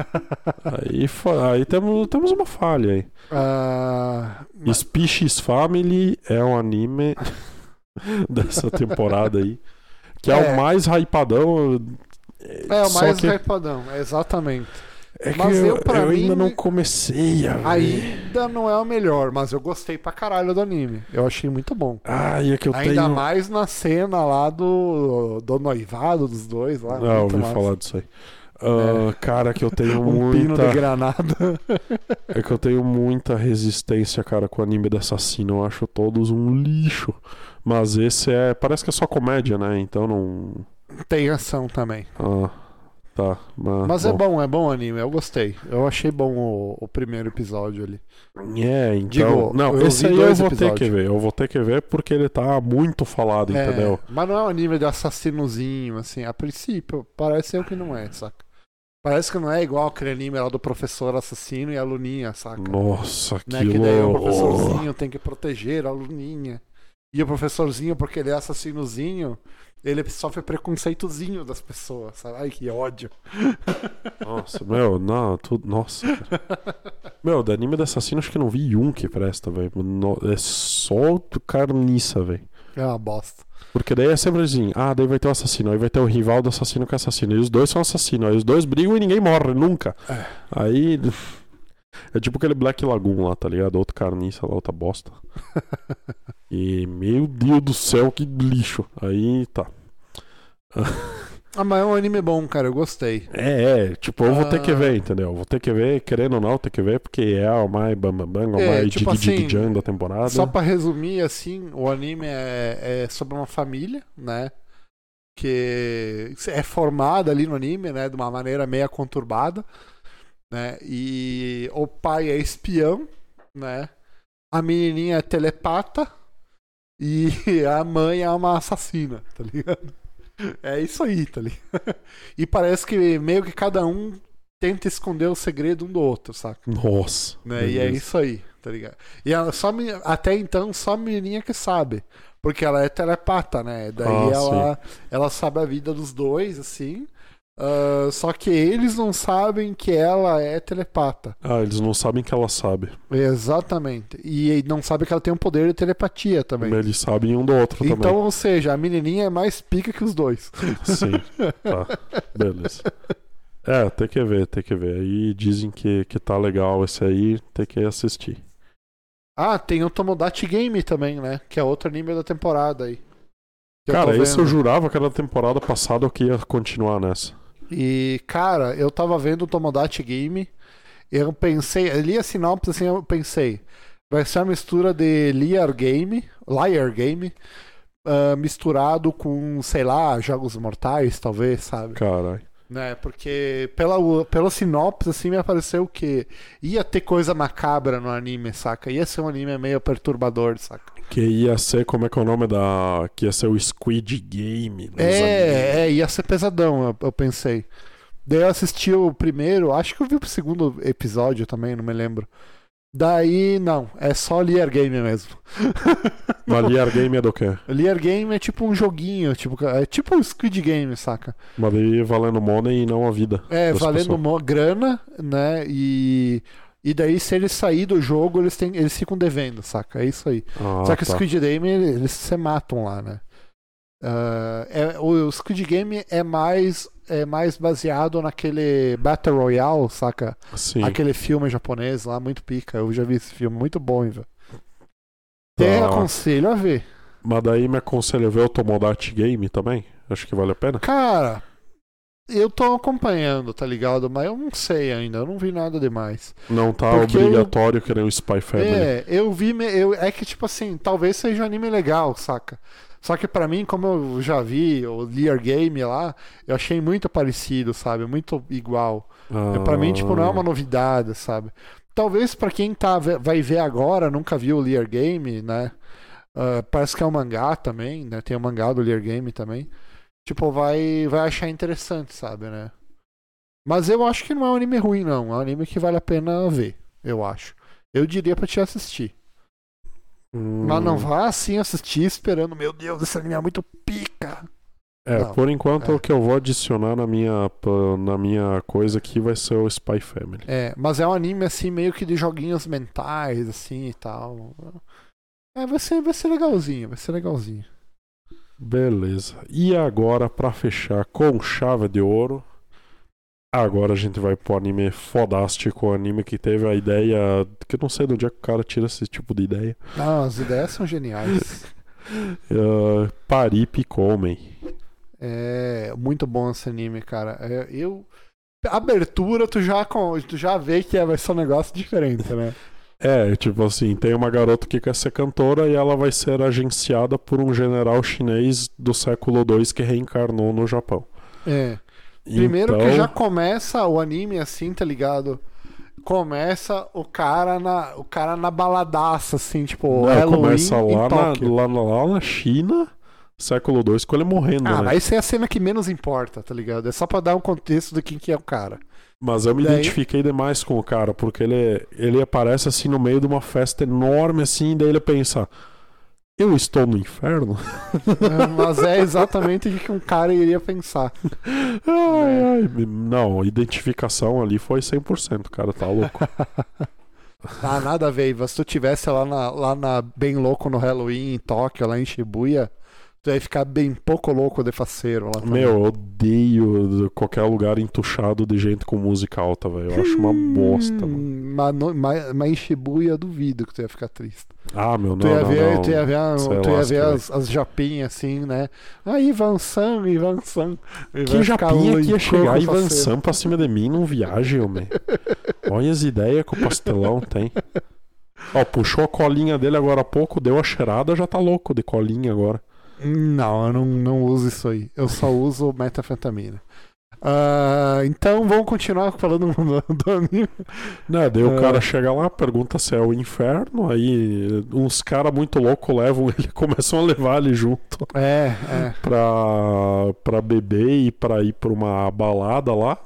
Speaker 1: aí fa- aí temos, temos uma falha aí.
Speaker 2: Ah, mas-
Speaker 1: Species Family é um anime dessa temporada aí, que é,
Speaker 2: É.
Speaker 1: o mais hypadão.
Speaker 2: é o
Speaker 1: só
Speaker 2: mais
Speaker 1: que,
Speaker 2: hypadão, exatamente.
Speaker 1: é que
Speaker 2: mas
Speaker 1: eu,
Speaker 2: eu, pra
Speaker 1: eu
Speaker 2: mim,
Speaker 1: ainda não comecei a ver.
Speaker 2: Ainda não é o melhor, mas eu gostei pra caralho do anime. Eu achei muito bom.
Speaker 1: Ai, é que eu
Speaker 2: Ainda
Speaker 1: tenho...
Speaker 2: mais na cena lá do, do noivado dos dois lá.
Speaker 1: Ah,
Speaker 2: muito
Speaker 1: ouvi
Speaker 2: massa.
Speaker 1: falar disso aí. Ah, Cara, que eu tenho
Speaker 2: Um pino
Speaker 1: muita...
Speaker 2: de granada.
Speaker 1: É que eu tenho muita resistência, cara, com anime de assassino. Eu acho todos um lixo. Mas esse é... Parece que é só comédia, né? Então não...
Speaker 2: Tem ação também.
Speaker 1: Ah, tá. Mas,
Speaker 2: Mas é bom, é bom o anime. Eu gostei. Eu achei bom o, o primeiro episódio ali.
Speaker 1: É, então...
Speaker 2: Digo,
Speaker 1: não,
Speaker 2: eu
Speaker 1: esse
Speaker 2: vi
Speaker 1: aí eu
Speaker 2: dois
Speaker 1: vou ter
Speaker 2: episódios.
Speaker 1: que ver. Eu vou ter que ver porque ele tá muito falado,
Speaker 2: É,
Speaker 1: entendeu?
Speaker 2: mas não é um anime de assassinozinho, assim. A princípio, parece ser o que não é, saca? Parece que não é igual aquele anime lá do professor assassino e a Luninha, saca?
Speaker 1: Nossa,
Speaker 2: Né?
Speaker 1: aquilo...
Speaker 2: Que daí o professorzinho tem que proteger a Luninha. E o professorzinho, porque ele é assassinozinho, ele sofre preconceitozinho das pessoas, sabe? Ai, que ódio.
Speaker 1: Nossa, meu, não, tudo... Nossa, cara. Meu, do anime de assassino acho que não vi um que presta, velho. No- É só carniça, velho.
Speaker 2: É uma bosta.
Speaker 1: Porque daí é sempre assim, ah, daí vai ter o assassino, aí vai ter o rival do assassino que é assassino. E os dois são assassinos, aí os dois brigam e ninguém morre, nunca.
Speaker 2: É.
Speaker 1: Aí. É tipo aquele Black Lagoon lá, tá ligado? Outro carniça lá, outra bosta. E, meu Deus do céu, que lixo. Aí tá.
Speaker 2: Ah, mas é um anime bom, cara, eu gostei.
Speaker 1: É, é, tipo, eu vou ter que
Speaker 2: Ah.
Speaker 1: ver, entendeu? Vou ter que ver, querendo ou não, ter que ver, porque é o mais bambambam, o
Speaker 2: É,
Speaker 1: mais
Speaker 2: tipo
Speaker 1: dig-dig-jan
Speaker 2: assim,
Speaker 1: da temporada.
Speaker 2: Só pra resumir, assim, o anime é, é sobre uma família, né? Que é formada ali no anime, né? De uma maneira meio conturbada, né? E o pai é espião, né? A menininha é telepata e a mãe é uma assassina, tá ligado? É isso aí, tá ligado? E parece que meio que cada um tenta esconder o segredo um do outro, saca?
Speaker 1: Nossa.
Speaker 2: Né? E é
Speaker 1: beleza.
Speaker 2: isso aí, tá ligado? E ela só, me- até então, só a menininha que sabe. Porque ela é telepata, né? Daí
Speaker 1: Ah,
Speaker 2: ela, ela sabe a vida dos dois, assim. Ah, só que eles não sabem que ela é telepata.
Speaker 1: Ah, eles não sabem que ela sabe.
Speaker 2: Exatamente. E não sabem que ela tem um poder de telepatia também.
Speaker 1: Mas eles sabem um do outro
Speaker 2: Então,
Speaker 1: também.
Speaker 2: ou seja, a menininha é mais pica que os dois.
Speaker 1: Sim. Tá. Beleza. É, tem que ver, tem que ver. Aí dizem que, que tá legal esse aí, tem que assistir.
Speaker 2: Ah, tem o Tomodachi Game também, né? Que é outro anime da temporada aí. Que eu
Speaker 1: Cara,
Speaker 2: tô
Speaker 1: esse eu
Speaker 2: vendo.
Speaker 1: jurava que era da temporada passada que ia continuar nessa.
Speaker 2: E, cara, eu tava vendo o Tomodachi Game. Eu pensei, eu li a sinopse assim, eu pensei. Vai ser uma mistura de Liar Game, Liar Game, ah, misturado com, sei lá, Jogos Mortais, talvez, sabe?
Speaker 1: Caralho.
Speaker 2: Né? Porque pela, pela sinopse, assim, me apareceu que ia ter coisa macabra no anime, saca? Ia ser um anime meio perturbador, saca?
Speaker 1: Que ia ser, como é que é o nome da... Que ia ser o Squid Game. dos animes.
Speaker 2: É, é, ia ser pesadão, eu, eu pensei. Daí eu assisti o primeiro, acho que eu vi o segundo episódio também, não me lembro. Daí, não, é só Liar Game mesmo.
Speaker 1: Mas Liar Game é do quê?
Speaker 2: Liar Game é tipo um joguinho, tipo, é tipo um Squid Game, saca?
Speaker 1: Mas daí valendo money e não a vida.
Speaker 2: É,
Speaker 1: das
Speaker 2: valendo
Speaker 1: pessoas.
Speaker 2: mo- grana, né? E, e daí, se eles saírem do jogo, eles, têm, eles ficam devendo, saca? É isso aí.
Speaker 1: Ah,
Speaker 2: Só que o
Speaker 1: tá.
Speaker 2: Squid Game, eles se matam lá, né? Ah, é, o, o Squid Game é mais, é mais baseado naquele Battle Royale, saca?
Speaker 1: Sim.
Speaker 2: Aquele filme japonês lá, muito pica. Eu já vi esse filme, muito bom, velho. Te
Speaker 1: Tá.
Speaker 2: aconselho a ver.
Speaker 1: Mas daí me aconselha a ver o Tomodachi Game também? Acho que vale a pena.
Speaker 2: Cara, eu tô acompanhando, tá ligado? Mas eu não sei ainda, eu não vi nada demais.
Speaker 1: Não tá
Speaker 2: Porque
Speaker 1: obrigatório querer o Spy Family.
Speaker 2: É, eu vi. me- Eu, é que, tipo assim, talvez seja um anime legal, saca? Só que pra mim, como eu já vi o Lear Game lá, eu achei muito parecido, sabe? Muito igual.
Speaker 1: Ah,
Speaker 2: Pra mim, tipo, não é uma novidade, sabe? Talvez pra quem tá, vai ver agora, nunca viu o Lear Game, né? Ah, parece que é um mangá também, né? Tem o mangá do Lear Game também. Tipo, vai, vai achar interessante, sabe, né? Mas eu acho que não é um anime ruim, não. É um anime que vale a pena ver, eu acho. Eu diria pra te assistir.
Speaker 1: hum,
Speaker 2: Mas não vá assim assistir esperando, meu Deus, esse anime é muito pica.
Speaker 1: É,
Speaker 2: Não,
Speaker 1: por enquanto
Speaker 2: é.
Speaker 1: o que eu vou adicionar na minha, pa- na minha coisa aqui vai ser o Spy Family.
Speaker 2: É, mas é um anime assim, meio que de joguinhos mentais, assim e tal. É, vai ser, vai ser legalzinho, vai ser legalzinho.
Speaker 1: Beleza. E agora, pra fechar com chave de ouro, agora a gente vai pro anime fodástico, o anime que teve a ideia, que eu não sei de onde é que o cara tira esse tipo de ideia.
Speaker 2: Não, as ideias são geniais.
Speaker 1: Uh, Paripe Comem.
Speaker 2: É muito bom esse anime, cara. É, eu. Abertura, tu já, com- tu já vê que é, vai ser um negócio diferente, né?
Speaker 1: É, tipo assim, tem uma garota que quer ser cantora e ela vai ser agenciada por um general chinês do século dois que reencarnou no Japão.
Speaker 2: É. Primeiro
Speaker 1: então,
Speaker 2: que já começa o anime assim, tá ligado? Começa o cara na, o cara na baladaça, assim, tipo,
Speaker 1: não,
Speaker 2: Halloween
Speaker 1: começa
Speaker 2: em
Speaker 1: lá na,
Speaker 2: Tóquio.
Speaker 1: lá, na- lá na China, século dois, com ele morrendo,
Speaker 2: Ah,
Speaker 1: né?
Speaker 2: mas essa é a cena que menos importa, tá ligado? É só pra dar um contexto do quem que é o cara.
Speaker 1: Mas eu me
Speaker 2: Daí-
Speaker 1: identifiquei demais com o cara, porque ele, ele aparece assim no meio de uma festa enorme assim, daí ele pensa, eu estou no inferno?
Speaker 2: Mas é exatamente o que um cara iria pensar.
Speaker 1: Ai, ai, não, a identificação ali foi cem por cento, cara, tá louco.
Speaker 2: Ah, nada a ver. Ivan. Se tu tivesse lá na, lá na bem louco no Halloween em Tóquio, lá em Shibuya, tu ia ficar bem pouco louco de faceiro lá também.
Speaker 1: Meu, eu odeio qualquer lugar entuchado de gente com música alta, velho. Eu acho uma bosta, mano.
Speaker 2: Hum, Mas, no- mas, mas em Shibuya eu duvido que tu ia ficar triste.
Speaker 1: Ah, meu, não,
Speaker 2: Tu ia
Speaker 1: não,
Speaker 2: ver,
Speaker 1: não.
Speaker 2: tu ia ver, a-
Speaker 1: Sei
Speaker 2: tu ia
Speaker 1: lá,
Speaker 2: ver
Speaker 1: cara.
Speaker 2: as, as japinhas assim, né? Ah, Ivan San, Ivan San. E vai
Speaker 1: Que
Speaker 2: ficar
Speaker 1: japinha que ia
Speaker 2: louco,
Speaker 1: chegar e
Speaker 2: parceiro.
Speaker 1: Vansan pra cima de mim num viagem, homem. Olha as ideias que o pastelão tem. Ó, puxou a colinha dele agora há pouco, deu a cheirada, já tá louco de colinha agora.
Speaker 2: Não, eu não, não uso isso aí. Eu só uso metanfetamina. Ah, então vamos continuar falando do, do anime.
Speaker 1: Né, daí o
Speaker 2: É.
Speaker 1: cara chega lá, pergunta se é o inferno, aí uns caras muito loucos levam ele, começam a levar ele junto
Speaker 2: É, é.
Speaker 1: pra, pra beber e pra ir pra uma balada lá.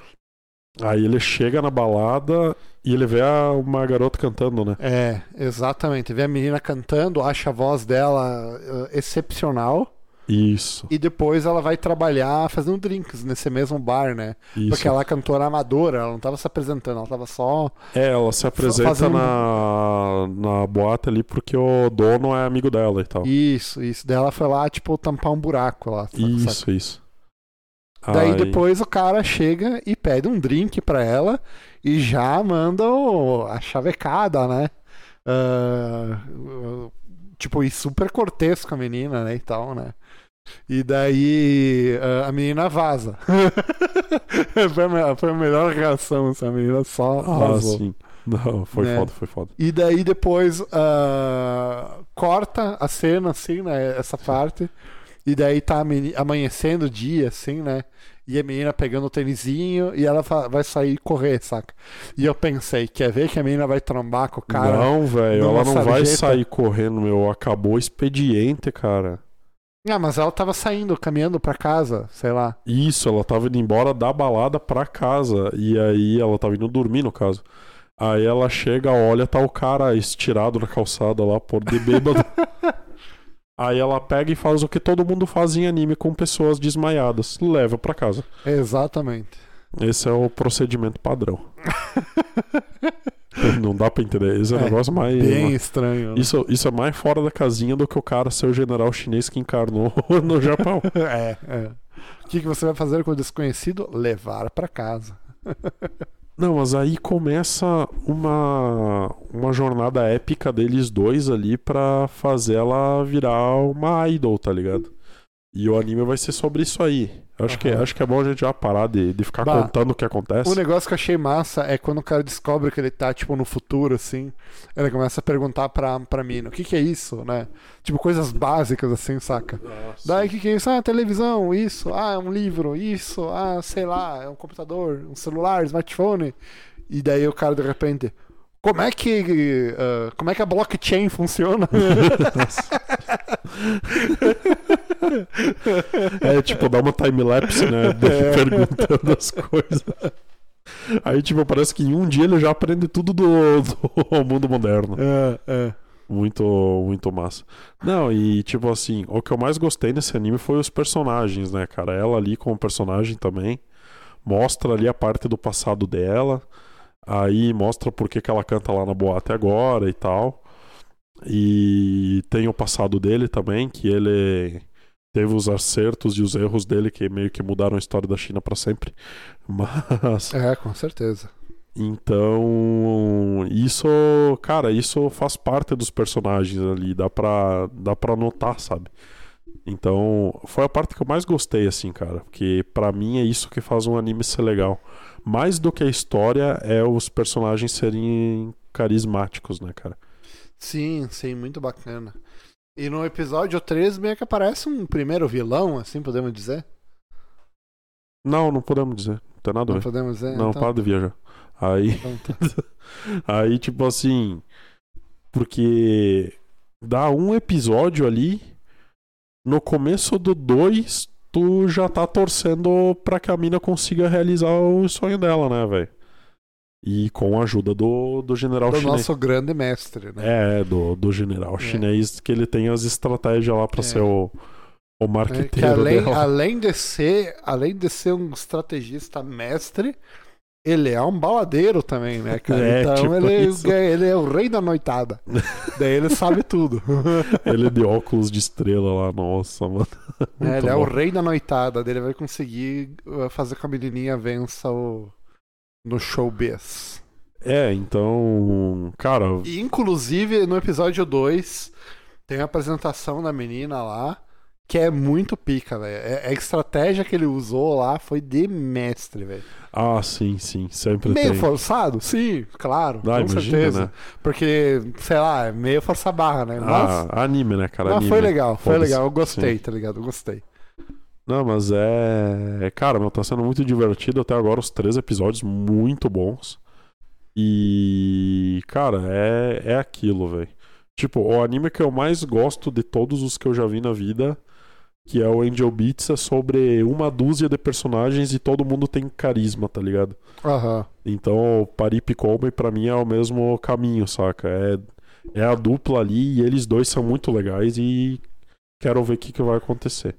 Speaker 1: Aí ele chega na balada e ele vê a- uma garota cantando, né?
Speaker 2: É, exatamente. Vê a menina cantando, acha a voz dela eh, excepcional.
Speaker 1: Isso,
Speaker 2: E depois ela vai trabalhar fazendo drinks nesse mesmo bar, né?
Speaker 1: isso.
Speaker 2: Porque ela é cantora amadora, ela não tava se apresentando, ela tava só.
Speaker 1: É, ela se apresenta
Speaker 2: fazendo-
Speaker 1: na, na boate ali porque o dono é amigo dela e tal.
Speaker 2: Isso, isso. Daí ela foi lá, tipo, tampar um buraco lá. saca?
Speaker 1: Isso, isso.
Speaker 2: Daí
Speaker 1: Aí-
Speaker 2: depois o cara chega e pede um drink pra ela e já manda o- a chavecada, né? Ah, tipo, e super cortês com a menina, né? E tal, né? E daí ah, a menina vaza. foi, a, me- foi a melhor reação, essa menina só
Speaker 1: Ah,
Speaker 2: vazou.
Speaker 1: sim. Não, foi
Speaker 2: Né?
Speaker 1: foda, foi foda.
Speaker 2: E daí depois ah, corta a cena, assim, né? Essa parte. E daí tá a meni- amanhecendo o dia, assim, né? E a menina pegando o tênisinho e ela fa- vai sair correr, saca? E eu pensei, quer ver que a menina vai trombar com o cara?
Speaker 1: Não, velho,
Speaker 2: numa
Speaker 1: ela não vai
Speaker 2: sarjeta.
Speaker 1: sair correndo, meu. Acabou o expediente, cara.
Speaker 2: Ah, mas ela tava saindo, caminhando pra casa, sei lá.
Speaker 1: Isso, ela tava indo embora da balada pra casa. E aí ela tava indo dormir, no caso. Aí ela chega, olha, tá o cara estirado na calçada lá, por de bêbado. Aí ela pega e faz o que todo mundo faz em anime com pessoas desmaiadas. Leva pra casa.
Speaker 2: Exatamente.
Speaker 1: Esse é o procedimento padrão. Não dá pra entender. Esse é um
Speaker 2: É,
Speaker 1: negócio mais.
Speaker 2: Bem estranho. Né?
Speaker 1: Isso, isso é mais fora da casinha do que o cara ser o general chinês que encarnou no Japão.
Speaker 2: É, é. O que, que você vai fazer com o desconhecido? Levar pra casa.
Speaker 1: Não, mas aí começa uma, uma jornada épica deles dois ali pra fazer ela virar uma idol, tá ligado? E o anime vai ser sobre isso aí. Acho, que,
Speaker 2: Aham.
Speaker 1: acho que é bom a gente já parar de, de ficar
Speaker 2: Bah,
Speaker 1: contando o que acontece.
Speaker 2: O negócio que eu achei massa é quando o cara descobre que ele tá, tipo, no futuro, assim. Ele começa a perguntar pra, pra mina, o que que é isso, né? Tipo, coisas básicas, assim, saca? Daí, o que que é isso? Ah, televisão, isso. Ah, é um livro, isso. Ah, sei lá, é um computador, um celular, smartphone. E daí o cara, de repente... Como é que... ah, como é que a blockchain funciona?
Speaker 1: É, tipo, dá uma time-lapse, né? Dele
Speaker 2: É.
Speaker 1: perguntando as coisas. Aí, tipo, parece que em um dia ele já aprende tudo do, do mundo moderno.
Speaker 2: É, é.
Speaker 1: Muito, muito massa. Não, e tipo assim, o que eu mais gostei nesse anime foi os personagens, né, cara? Ela ali como personagem também. Mostra ali a parte do passado dela. Aí mostra por que que ela canta lá na boate agora e tal. E tem o passado dele também, que ele teve os acertos e os erros dele que meio que mudaram a história da China pra sempre. Mas
Speaker 2: É, com certeza.
Speaker 1: então, isso, cara, isso faz parte dos personagens ali, dá pra, dá pra notar, sabe? Então, foi a parte que eu mais gostei, assim, cara, porque pra mim é isso que faz um anime ser legal. Mais do que a história, é os personagens serem carismáticos, né, cara?
Speaker 2: Sim, sim, muito bacana. E no episódio três meio que aparece um primeiro vilão, assim podemos dizer?
Speaker 1: Não, não podemos dizer, não tem nada a
Speaker 2: Não
Speaker 1: ver.
Speaker 2: podemos dizer?
Speaker 1: Não,
Speaker 2: então,
Speaker 1: para de viajar. Aí,
Speaker 2: então tá.
Speaker 1: aí, tipo assim, porque dá um episódio ali, no começo do dois, tu já tá torcendo pra que a mina consiga realizar o sonho dela, né, velho? E com a ajuda do, do general
Speaker 2: Do
Speaker 1: chinês.
Speaker 2: nosso grande mestre, né?
Speaker 1: É, do, do general
Speaker 2: É.
Speaker 1: chinês, que ele tem as estratégias lá pra
Speaker 2: É.
Speaker 1: ser o, o
Speaker 2: É, que
Speaker 1: marqueteiro
Speaker 2: além,
Speaker 1: dela.
Speaker 2: além, de ser, além de ser um estrategista mestre, ele é um baladeiro também, né, cara?
Speaker 1: É,
Speaker 2: então
Speaker 1: tipo
Speaker 2: ele,
Speaker 1: isso.
Speaker 2: ele é o rei da noitada. Daí ele sabe tudo.
Speaker 1: Ele de óculos de estrela lá, nossa, mano.
Speaker 2: É,
Speaker 1: Muito
Speaker 2: ele é o
Speaker 1: bom.
Speaker 2: rei da noitada. Daí ele vai conseguir uh, fazer com que a menininha vença o... no showbiz.
Speaker 1: É, então, cara,
Speaker 2: E inclusive no episódio dois tem a apresentação da menina lá, que é muito pica, velho. É- A estratégia que ele usou lá foi de mestre, velho.
Speaker 1: ah, sim, sim, sempre
Speaker 2: Meio
Speaker 1: tem.
Speaker 2: forçado? Sim, claro,
Speaker 1: Ah,
Speaker 2: com
Speaker 1: imagina,
Speaker 2: certeza.
Speaker 1: né?
Speaker 2: Porque, sei lá, é meio força barra, né? Mas,
Speaker 1: Ah, anime, né, cara?
Speaker 2: mas
Speaker 1: Anime.
Speaker 2: foi legal, foi
Speaker 1: Foda-se.
Speaker 2: legal. Eu gostei,
Speaker 1: Sim.
Speaker 2: tá ligado? Eu gostei.
Speaker 1: Não, mas é. é- Cara, meu, tá sendo muito divertido até agora, os três episódios muito bons. E. Cara, é, é aquilo, velho. Tipo, o anime que eu mais gosto de todos os que eu já vi na vida, que é o Angel Beats, é sobre uma dúzia de personagens e todo mundo tem carisma, tá ligado?
Speaker 2: Aham.
Speaker 1: Então, o Parip Combi pra mim é o mesmo caminho, saca? É, é a dupla ali e eles dois são muito legais e quero ver o que, que vai acontecer.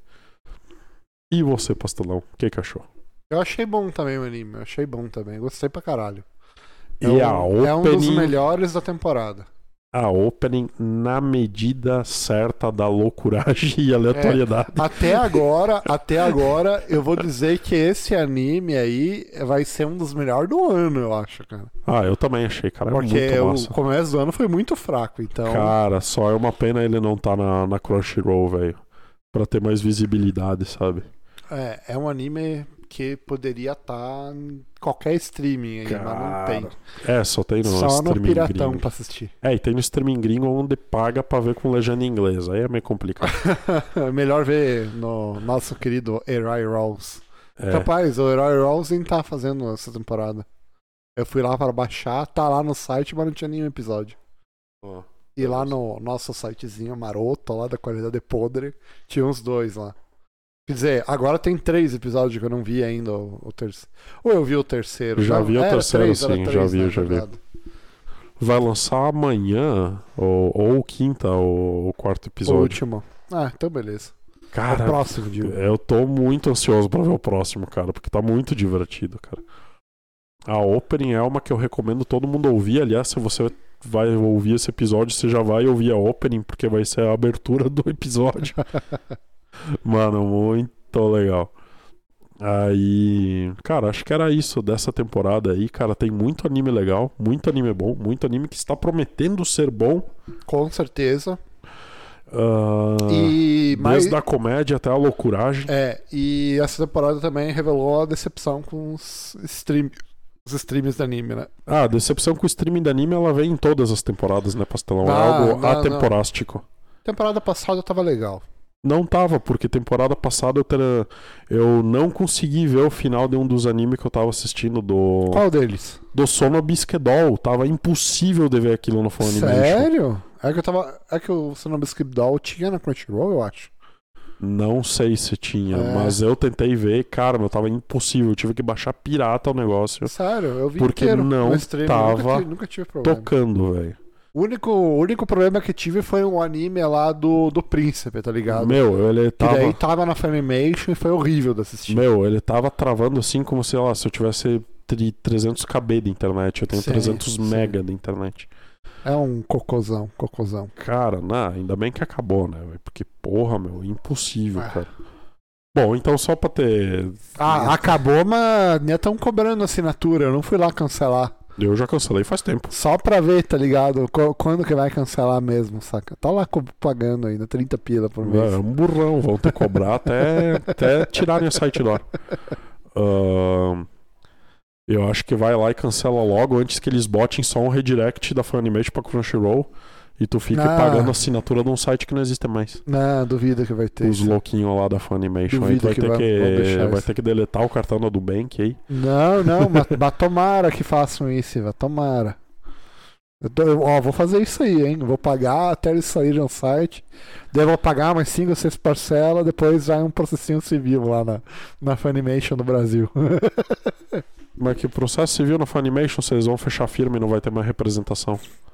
Speaker 1: E você, Pastelão, o que, que achou?
Speaker 2: Eu achei bom também o anime, eu achei bom também. Gostei pra caralho. É
Speaker 1: E
Speaker 2: um,
Speaker 1: a
Speaker 2: é um dos
Speaker 1: opening,
Speaker 2: melhores da temporada.
Speaker 1: a opening na medida certa da loucuragem e aleatoriedade.
Speaker 2: Até agora, até agora, eu vou dizer que esse anime aí vai ser um dos melhores do ano, eu acho, cara.
Speaker 1: Ah, eu também achei, cara, é
Speaker 2: Porque
Speaker 1: muito
Speaker 2: o
Speaker 1: massa.
Speaker 2: começo do ano foi muito fraco, então.
Speaker 1: Cara, só é uma pena ele não tá na, na Crunchyroll, velho. Pra ter mais visibilidade, sabe?
Speaker 2: É, é um anime que poderia estar em qualquer streaming aí, mas não tem.
Speaker 1: É, só tem no
Speaker 2: Só no
Speaker 1: streaming
Speaker 2: Piratão
Speaker 1: gringo.
Speaker 2: pra assistir.
Speaker 1: É, e tem no streaming gringo onde paga pra ver com legenda em inglês. Aí é meio complicado.
Speaker 2: Melhor ver no nosso querido Herói Rolls.
Speaker 1: É.
Speaker 2: Rapaz, o Herói Rolls nem tá fazendo essa temporada. Eu fui lá para baixar, tá lá no site, mas não tinha nenhum episódio.
Speaker 1: Ó.
Speaker 2: E lá no nosso sitezinho maroto, lá da qualidade podre, tinha uns dois lá. Quer dizer, agora tem três episódios que eu não vi ainda o, o terceiro. Ou eu vi o terceiro?
Speaker 1: Já
Speaker 2: Não,
Speaker 1: vi o
Speaker 2: era
Speaker 1: terceiro,
Speaker 2: três, era
Speaker 1: sim,
Speaker 2: três,
Speaker 1: já vi,
Speaker 2: né,
Speaker 1: já vi.
Speaker 2: verdade.
Speaker 1: Vai lançar amanhã, ou, ou quinta, o, o quarto
Speaker 2: O
Speaker 1: episódio.
Speaker 2: último. Ah, então beleza.
Speaker 1: Cara,
Speaker 2: o próximo, digo.
Speaker 1: eu tô muito ansioso pra ver o próximo, cara, porque tá muito divertido, cara. A opening é uma que eu recomendo todo mundo ouvir. Aliás, se você vai ouvir esse episódio, você já vai ouvir a opening, porque vai ser a abertura do episódio. Mano, muito legal. Aí, cara, acho que era isso dessa temporada aí, cara. Tem muito anime legal, muito anime bom, muito anime que está prometendo ser bom.
Speaker 2: Com certeza.
Speaker 1: Ah,
Speaker 2: E mais.
Speaker 1: desde a comédia até a loucuragem.
Speaker 2: É, e essa temporada também revelou a decepção com os, stream, os streams de anime, né?
Speaker 1: Ah, a decepção com o streaming de anime, ela vem em todas as temporadas, né, Pastelão? É
Speaker 2: Não,
Speaker 1: algo
Speaker 2: não,
Speaker 1: atemporástico.
Speaker 2: Temporada passada tava legal.
Speaker 1: Não tava, porque temporada passada eu, ter... eu não consegui ver o final de um dos animes que eu tava assistindo do,
Speaker 2: Qual deles?
Speaker 1: do Sono Bisquedol. Tava impossível de ver aquilo no Funimation.
Speaker 2: Sério? É que eu tava. É que o Sonobu Skip Doll tinha na Crunchyroll, eu acho.
Speaker 1: Não sei se tinha,
Speaker 2: É.
Speaker 1: mas eu tentei ver, cara, meu, tava impossível. Eu tive que baixar pirata o negócio.
Speaker 2: Sério, eu vi
Speaker 1: Porque
Speaker 2: inteiro
Speaker 1: não
Speaker 2: no stream,
Speaker 1: tava
Speaker 2: nunca, tive, nunca tive problema.
Speaker 1: Tocando, velho.
Speaker 2: O único, o único problema que tive foi um anime lá do, do Príncipe, tá ligado?
Speaker 1: Meu, ele
Speaker 2: que
Speaker 1: tava.
Speaker 2: daí tava na Funimation e foi horrível de assistir.
Speaker 1: Meu, ele tava travando assim como, sei lá, se eu tivesse tri- trezentos kb de internet. Eu tenho
Speaker 2: Sim,
Speaker 1: trezentos
Speaker 2: sim.
Speaker 1: mega de internet.
Speaker 2: É um cocôzão, cocôzão.
Speaker 1: Cara, nah, ainda bem que acabou, né, velho? Porque, porra, meu, impossível,
Speaker 2: Ah.
Speaker 1: cara. Bom, então só pra ter.
Speaker 2: Ah, acabou, mas nem estão cobrando assinatura. Eu não fui lá cancelar.
Speaker 1: Eu já cancelei faz tempo.
Speaker 2: Só pra ver, tá ligado? Qu- Quando que vai cancelar mesmo, saca? Tá lá co- pagando ainda, trinta pila por mês.
Speaker 1: É um burrão, vão ter que cobrar até, até tirarem o site do ar. Ahn, eu acho que vai lá e cancela logo antes que eles botem só um redirect da Funimation pra Crunchyroll e tu fique
Speaker 2: Ah.
Speaker 1: pagando a assinatura de um site que não existe mais.
Speaker 2: Não, duvido que vai ter.
Speaker 1: Os
Speaker 2: isso.
Speaker 1: louquinhos lá da Funimation. Aí
Speaker 2: Duvido
Speaker 1: tu vai,
Speaker 2: que
Speaker 1: ter
Speaker 2: vai- vão
Speaker 1: que,
Speaker 2: deixar
Speaker 1: vai
Speaker 2: isso.
Speaker 1: ter que deletar o cartão da Nubank aí.
Speaker 2: Não, não, mas, mas tomara que façam isso, Iva, tomara. Eu tô, eu, ó, vou fazer isso aí, hein? Vou pagar até eles saírem no site. Daí eu vou pagar mais cinco ou seis parcelas. Depois vai um processinho civil lá na, na Funimation no Brasil.
Speaker 1: Mas que processo civil na Funimation, vocês vão fechar firme e não vai ter mais representação.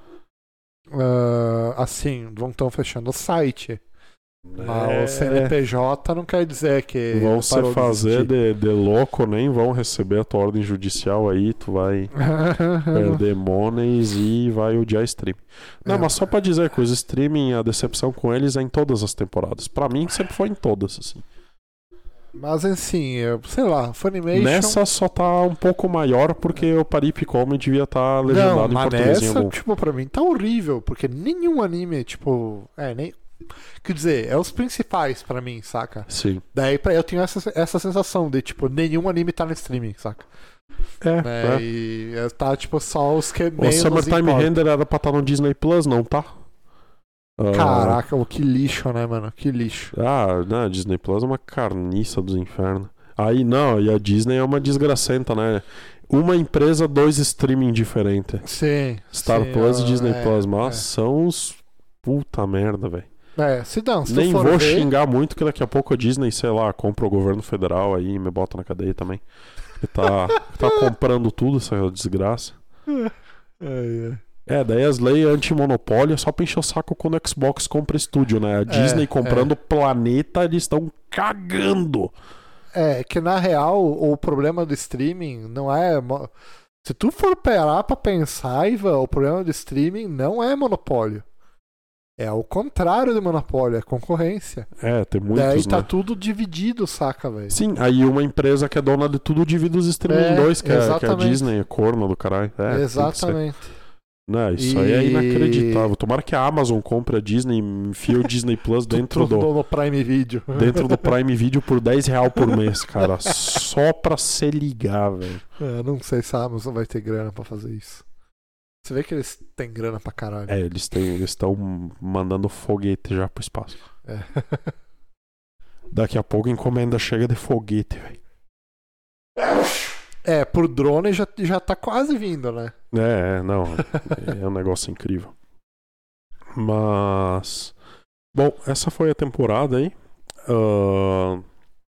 Speaker 2: Uh, assim, vão estão fechando o site. Mas
Speaker 1: É...
Speaker 2: o C N P J não quer dizer que.
Speaker 1: Vão se
Speaker 2: parou de
Speaker 1: fazer
Speaker 2: existir.
Speaker 1: de, de louco, nem vão receber a tua ordem judicial aí, tu vai perder monies e vai odiar streaming. Não,
Speaker 2: É.
Speaker 1: mas só pra dizer que os streaming, a decepção com eles é em todas as temporadas. Pra mim sempre foi em todas, assim.
Speaker 2: Mas assim, eu, sei lá, Funimation.
Speaker 1: Nessa só tá um pouco maior porque o Paripi Come devia estar tá legendado
Speaker 2: Não,
Speaker 1: em
Speaker 2: mas
Speaker 1: português em
Speaker 2: nessa,
Speaker 1: algum.
Speaker 2: tipo, pra mim tá horrível, porque nenhum anime, tipo. É, nem. Quer dizer, é os principais pra mim, saca?
Speaker 1: Sim.
Speaker 2: Daí pra, eu tenho essa, essa sensação de, tipo, nenhum anime tá no streaming, saca?
Speaker 1: É,
Speaker 2: Né?
Speaker 1: é.
Speaker 2: E tá, tipo, só os que
Speaker 1: O
Speaker 2: menos
Speaker 1: Summertime
Speaker 2: importam.
Speaker 1: Render era pra estar no Disney Plus, não tá? Ah,
Speaker 2: Caraca, oh, que lixo, né, mano? Que lixo.
Speaker 1: Ah, né, Disney Plus é uma carniça dos infernos. Aí não, e a Disney é uma desgracenta, né? Uma empresa, dois streaming diferentes.
Speaker 2: Sim.
Speaker 1: Star
Speaker 2: sim,
Speaker 1: Plus e
Speaker 2: ó,
Speaker 1: Disney
Speaker 2: é,
Speaker 1: Plus, mas
Speaker 2: é.
Speaker 1: são os puta merda, velho.
Speaker 2: É, se não, se
Speaker 1: Nem
Speaker 2: tu for
Speaker 1: vou
Speaker 2: ver,
Speaker 1: xingar muito que daqui a pouco a Disney, sei lá, compra o governo federal aí e me bota na cadeia também. Que tá, tá comprando tudo, essa desgraça.
Speaker 2: É, é.
Speaker 1: É, daí as leis anti-monopólio é só pra encher o saco quando o Xbox compra estúdio, né? A Disney comprando o planeta, eles estão cagando.
Speaker 2: É, que na real o problema do streaming não é. mo- Se tu for parar pra pensar, Ivan, o problema do streaming não é monopólio. É o contrário do monopólio, é concorrência.
Speaker 1: É, tem muitos,
Speaker 2: Daí tá
Speaker 1: né?
Speaker 2: tudo dividido, saca, velho?
Speaker 1: Sim, aí uma empresa que é dona de tudo divide os streaming
Speaker 2: É,
Speaker 1: em dois, que é, que é a
Speaker 2: exatamente.
Speaker 1: Disney, é corno do caralho. É, tem que ser.
Speaker 2: Exatamente.
Speaker 1: Não, isso aí é
Speaker 2: E-
Speaker 1: inacreditável. Tomara que a Amazon compre a Disney e enfie o Disney Plus dentro
Speaker 2: Tudo
Speaker 1: do,
Speaker 2: no Prime Video.
Speaker 1: dentro do Prime Video por dez reais por mês, cara. Só pra se ligar, velho.
Speaker 2: É, não sei se a Amazon vai ter grana pra fazer isso. Você vê que eles têm grana pra caralho.
Speaker 1: É, eles têm, eles estão mandando foguete já pro espaço.
Speaker 2: É.
Speaker 1: Daqui a pouco a encomenda chega de foguete, velho.
Speaker 2: É, por drone já, já tá quase vindo, né?
Speaker 1: É, é, não. É um negócio incrível. Mas. Bom, essa foi a temporada aí. Ahn,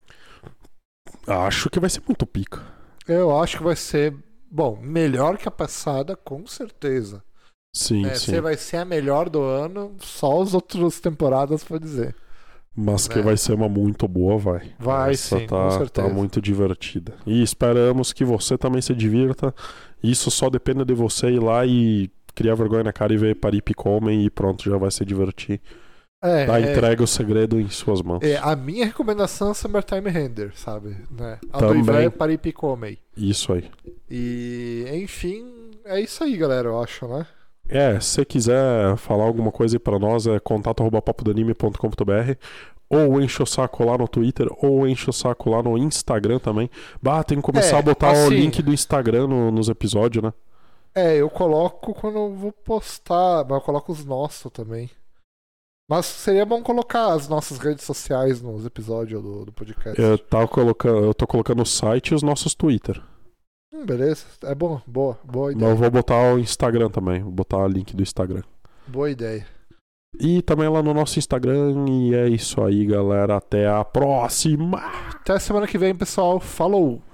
Speaker 1: Acho que vai ser muito pica.
Speaker 2: Eu acho que vai ser, bom, melhor que a passada, com certeza.
Speaker 1: Sim,
Speaker 2: É,
Speaker 1: sim.
Speaker 2: se vai ser a melhor do ano, só as outras temporadas pra dizer.
Speaker 1: Mas que
Speaker 2: É.
Speaker 1: vai ser uma muito boa, vai.
Speaker 2: Vai
Speaker 1: Essa
Speaker 2: sim,
Speaker 1: tá,
Speaker 2: com certeza.
Speaker 1: tá muito divertida. E esperamos que você também se divirta. Isso só depende de você ir lá e criar vergonha na cara e ver Paripi Come e pronto, já vai se divertir.
Speaker 2: É,
Speaker 1: Tá,
Speaker 2: é,
Speaker 1: entrega o segredo em suas mãos.
Speaker 2: é, a minha recomendação é Summertime Render, sabe? Né? A
Speaker 1: Também.
Speaker 2: do Ivan é Paripi Comei.
Speaker 1: Isso aí.
Speaker 2: E, enfim, é isso aí, galera, eu acho, né?
Speaker 1: É, se você quiser falar alguma coisa aí pra nós, é contato arroba papodanime ponto com ponto br, ou enche o saco lá no Twitter, ou enche o saco lá no Instagram também. Bah, tem que começar
Speaker 2: É,
Speaker 1: a botar o
Speaker 2: assim-
Speaker 1: link do Instagram no- nos episódios, né?
Speaker 2: É, eu coloco quando eu vou postar, mas eu coloco os nossos também. Mas seria bom colocar as nossas redes sociais nos episódios do, do podcast.
Speaker 1: Eu, tava colocando, eu tô colocando o site e os nossos Twitter.
Speaker 2: Hum, beleza, é bom, boa, boa
Speaker 1: Mas
Speaker 2: ideia.
Speaker 1: eu vou botar o Instagram também, vou botar o link do Instagram.
Speaker 2: Boa ideia.
Speaker 1: E também lá no nosso Instagram, e é isso aí, galera. Até a próxima!
Speaker 2: Até semana que vem, pessoal. Falou!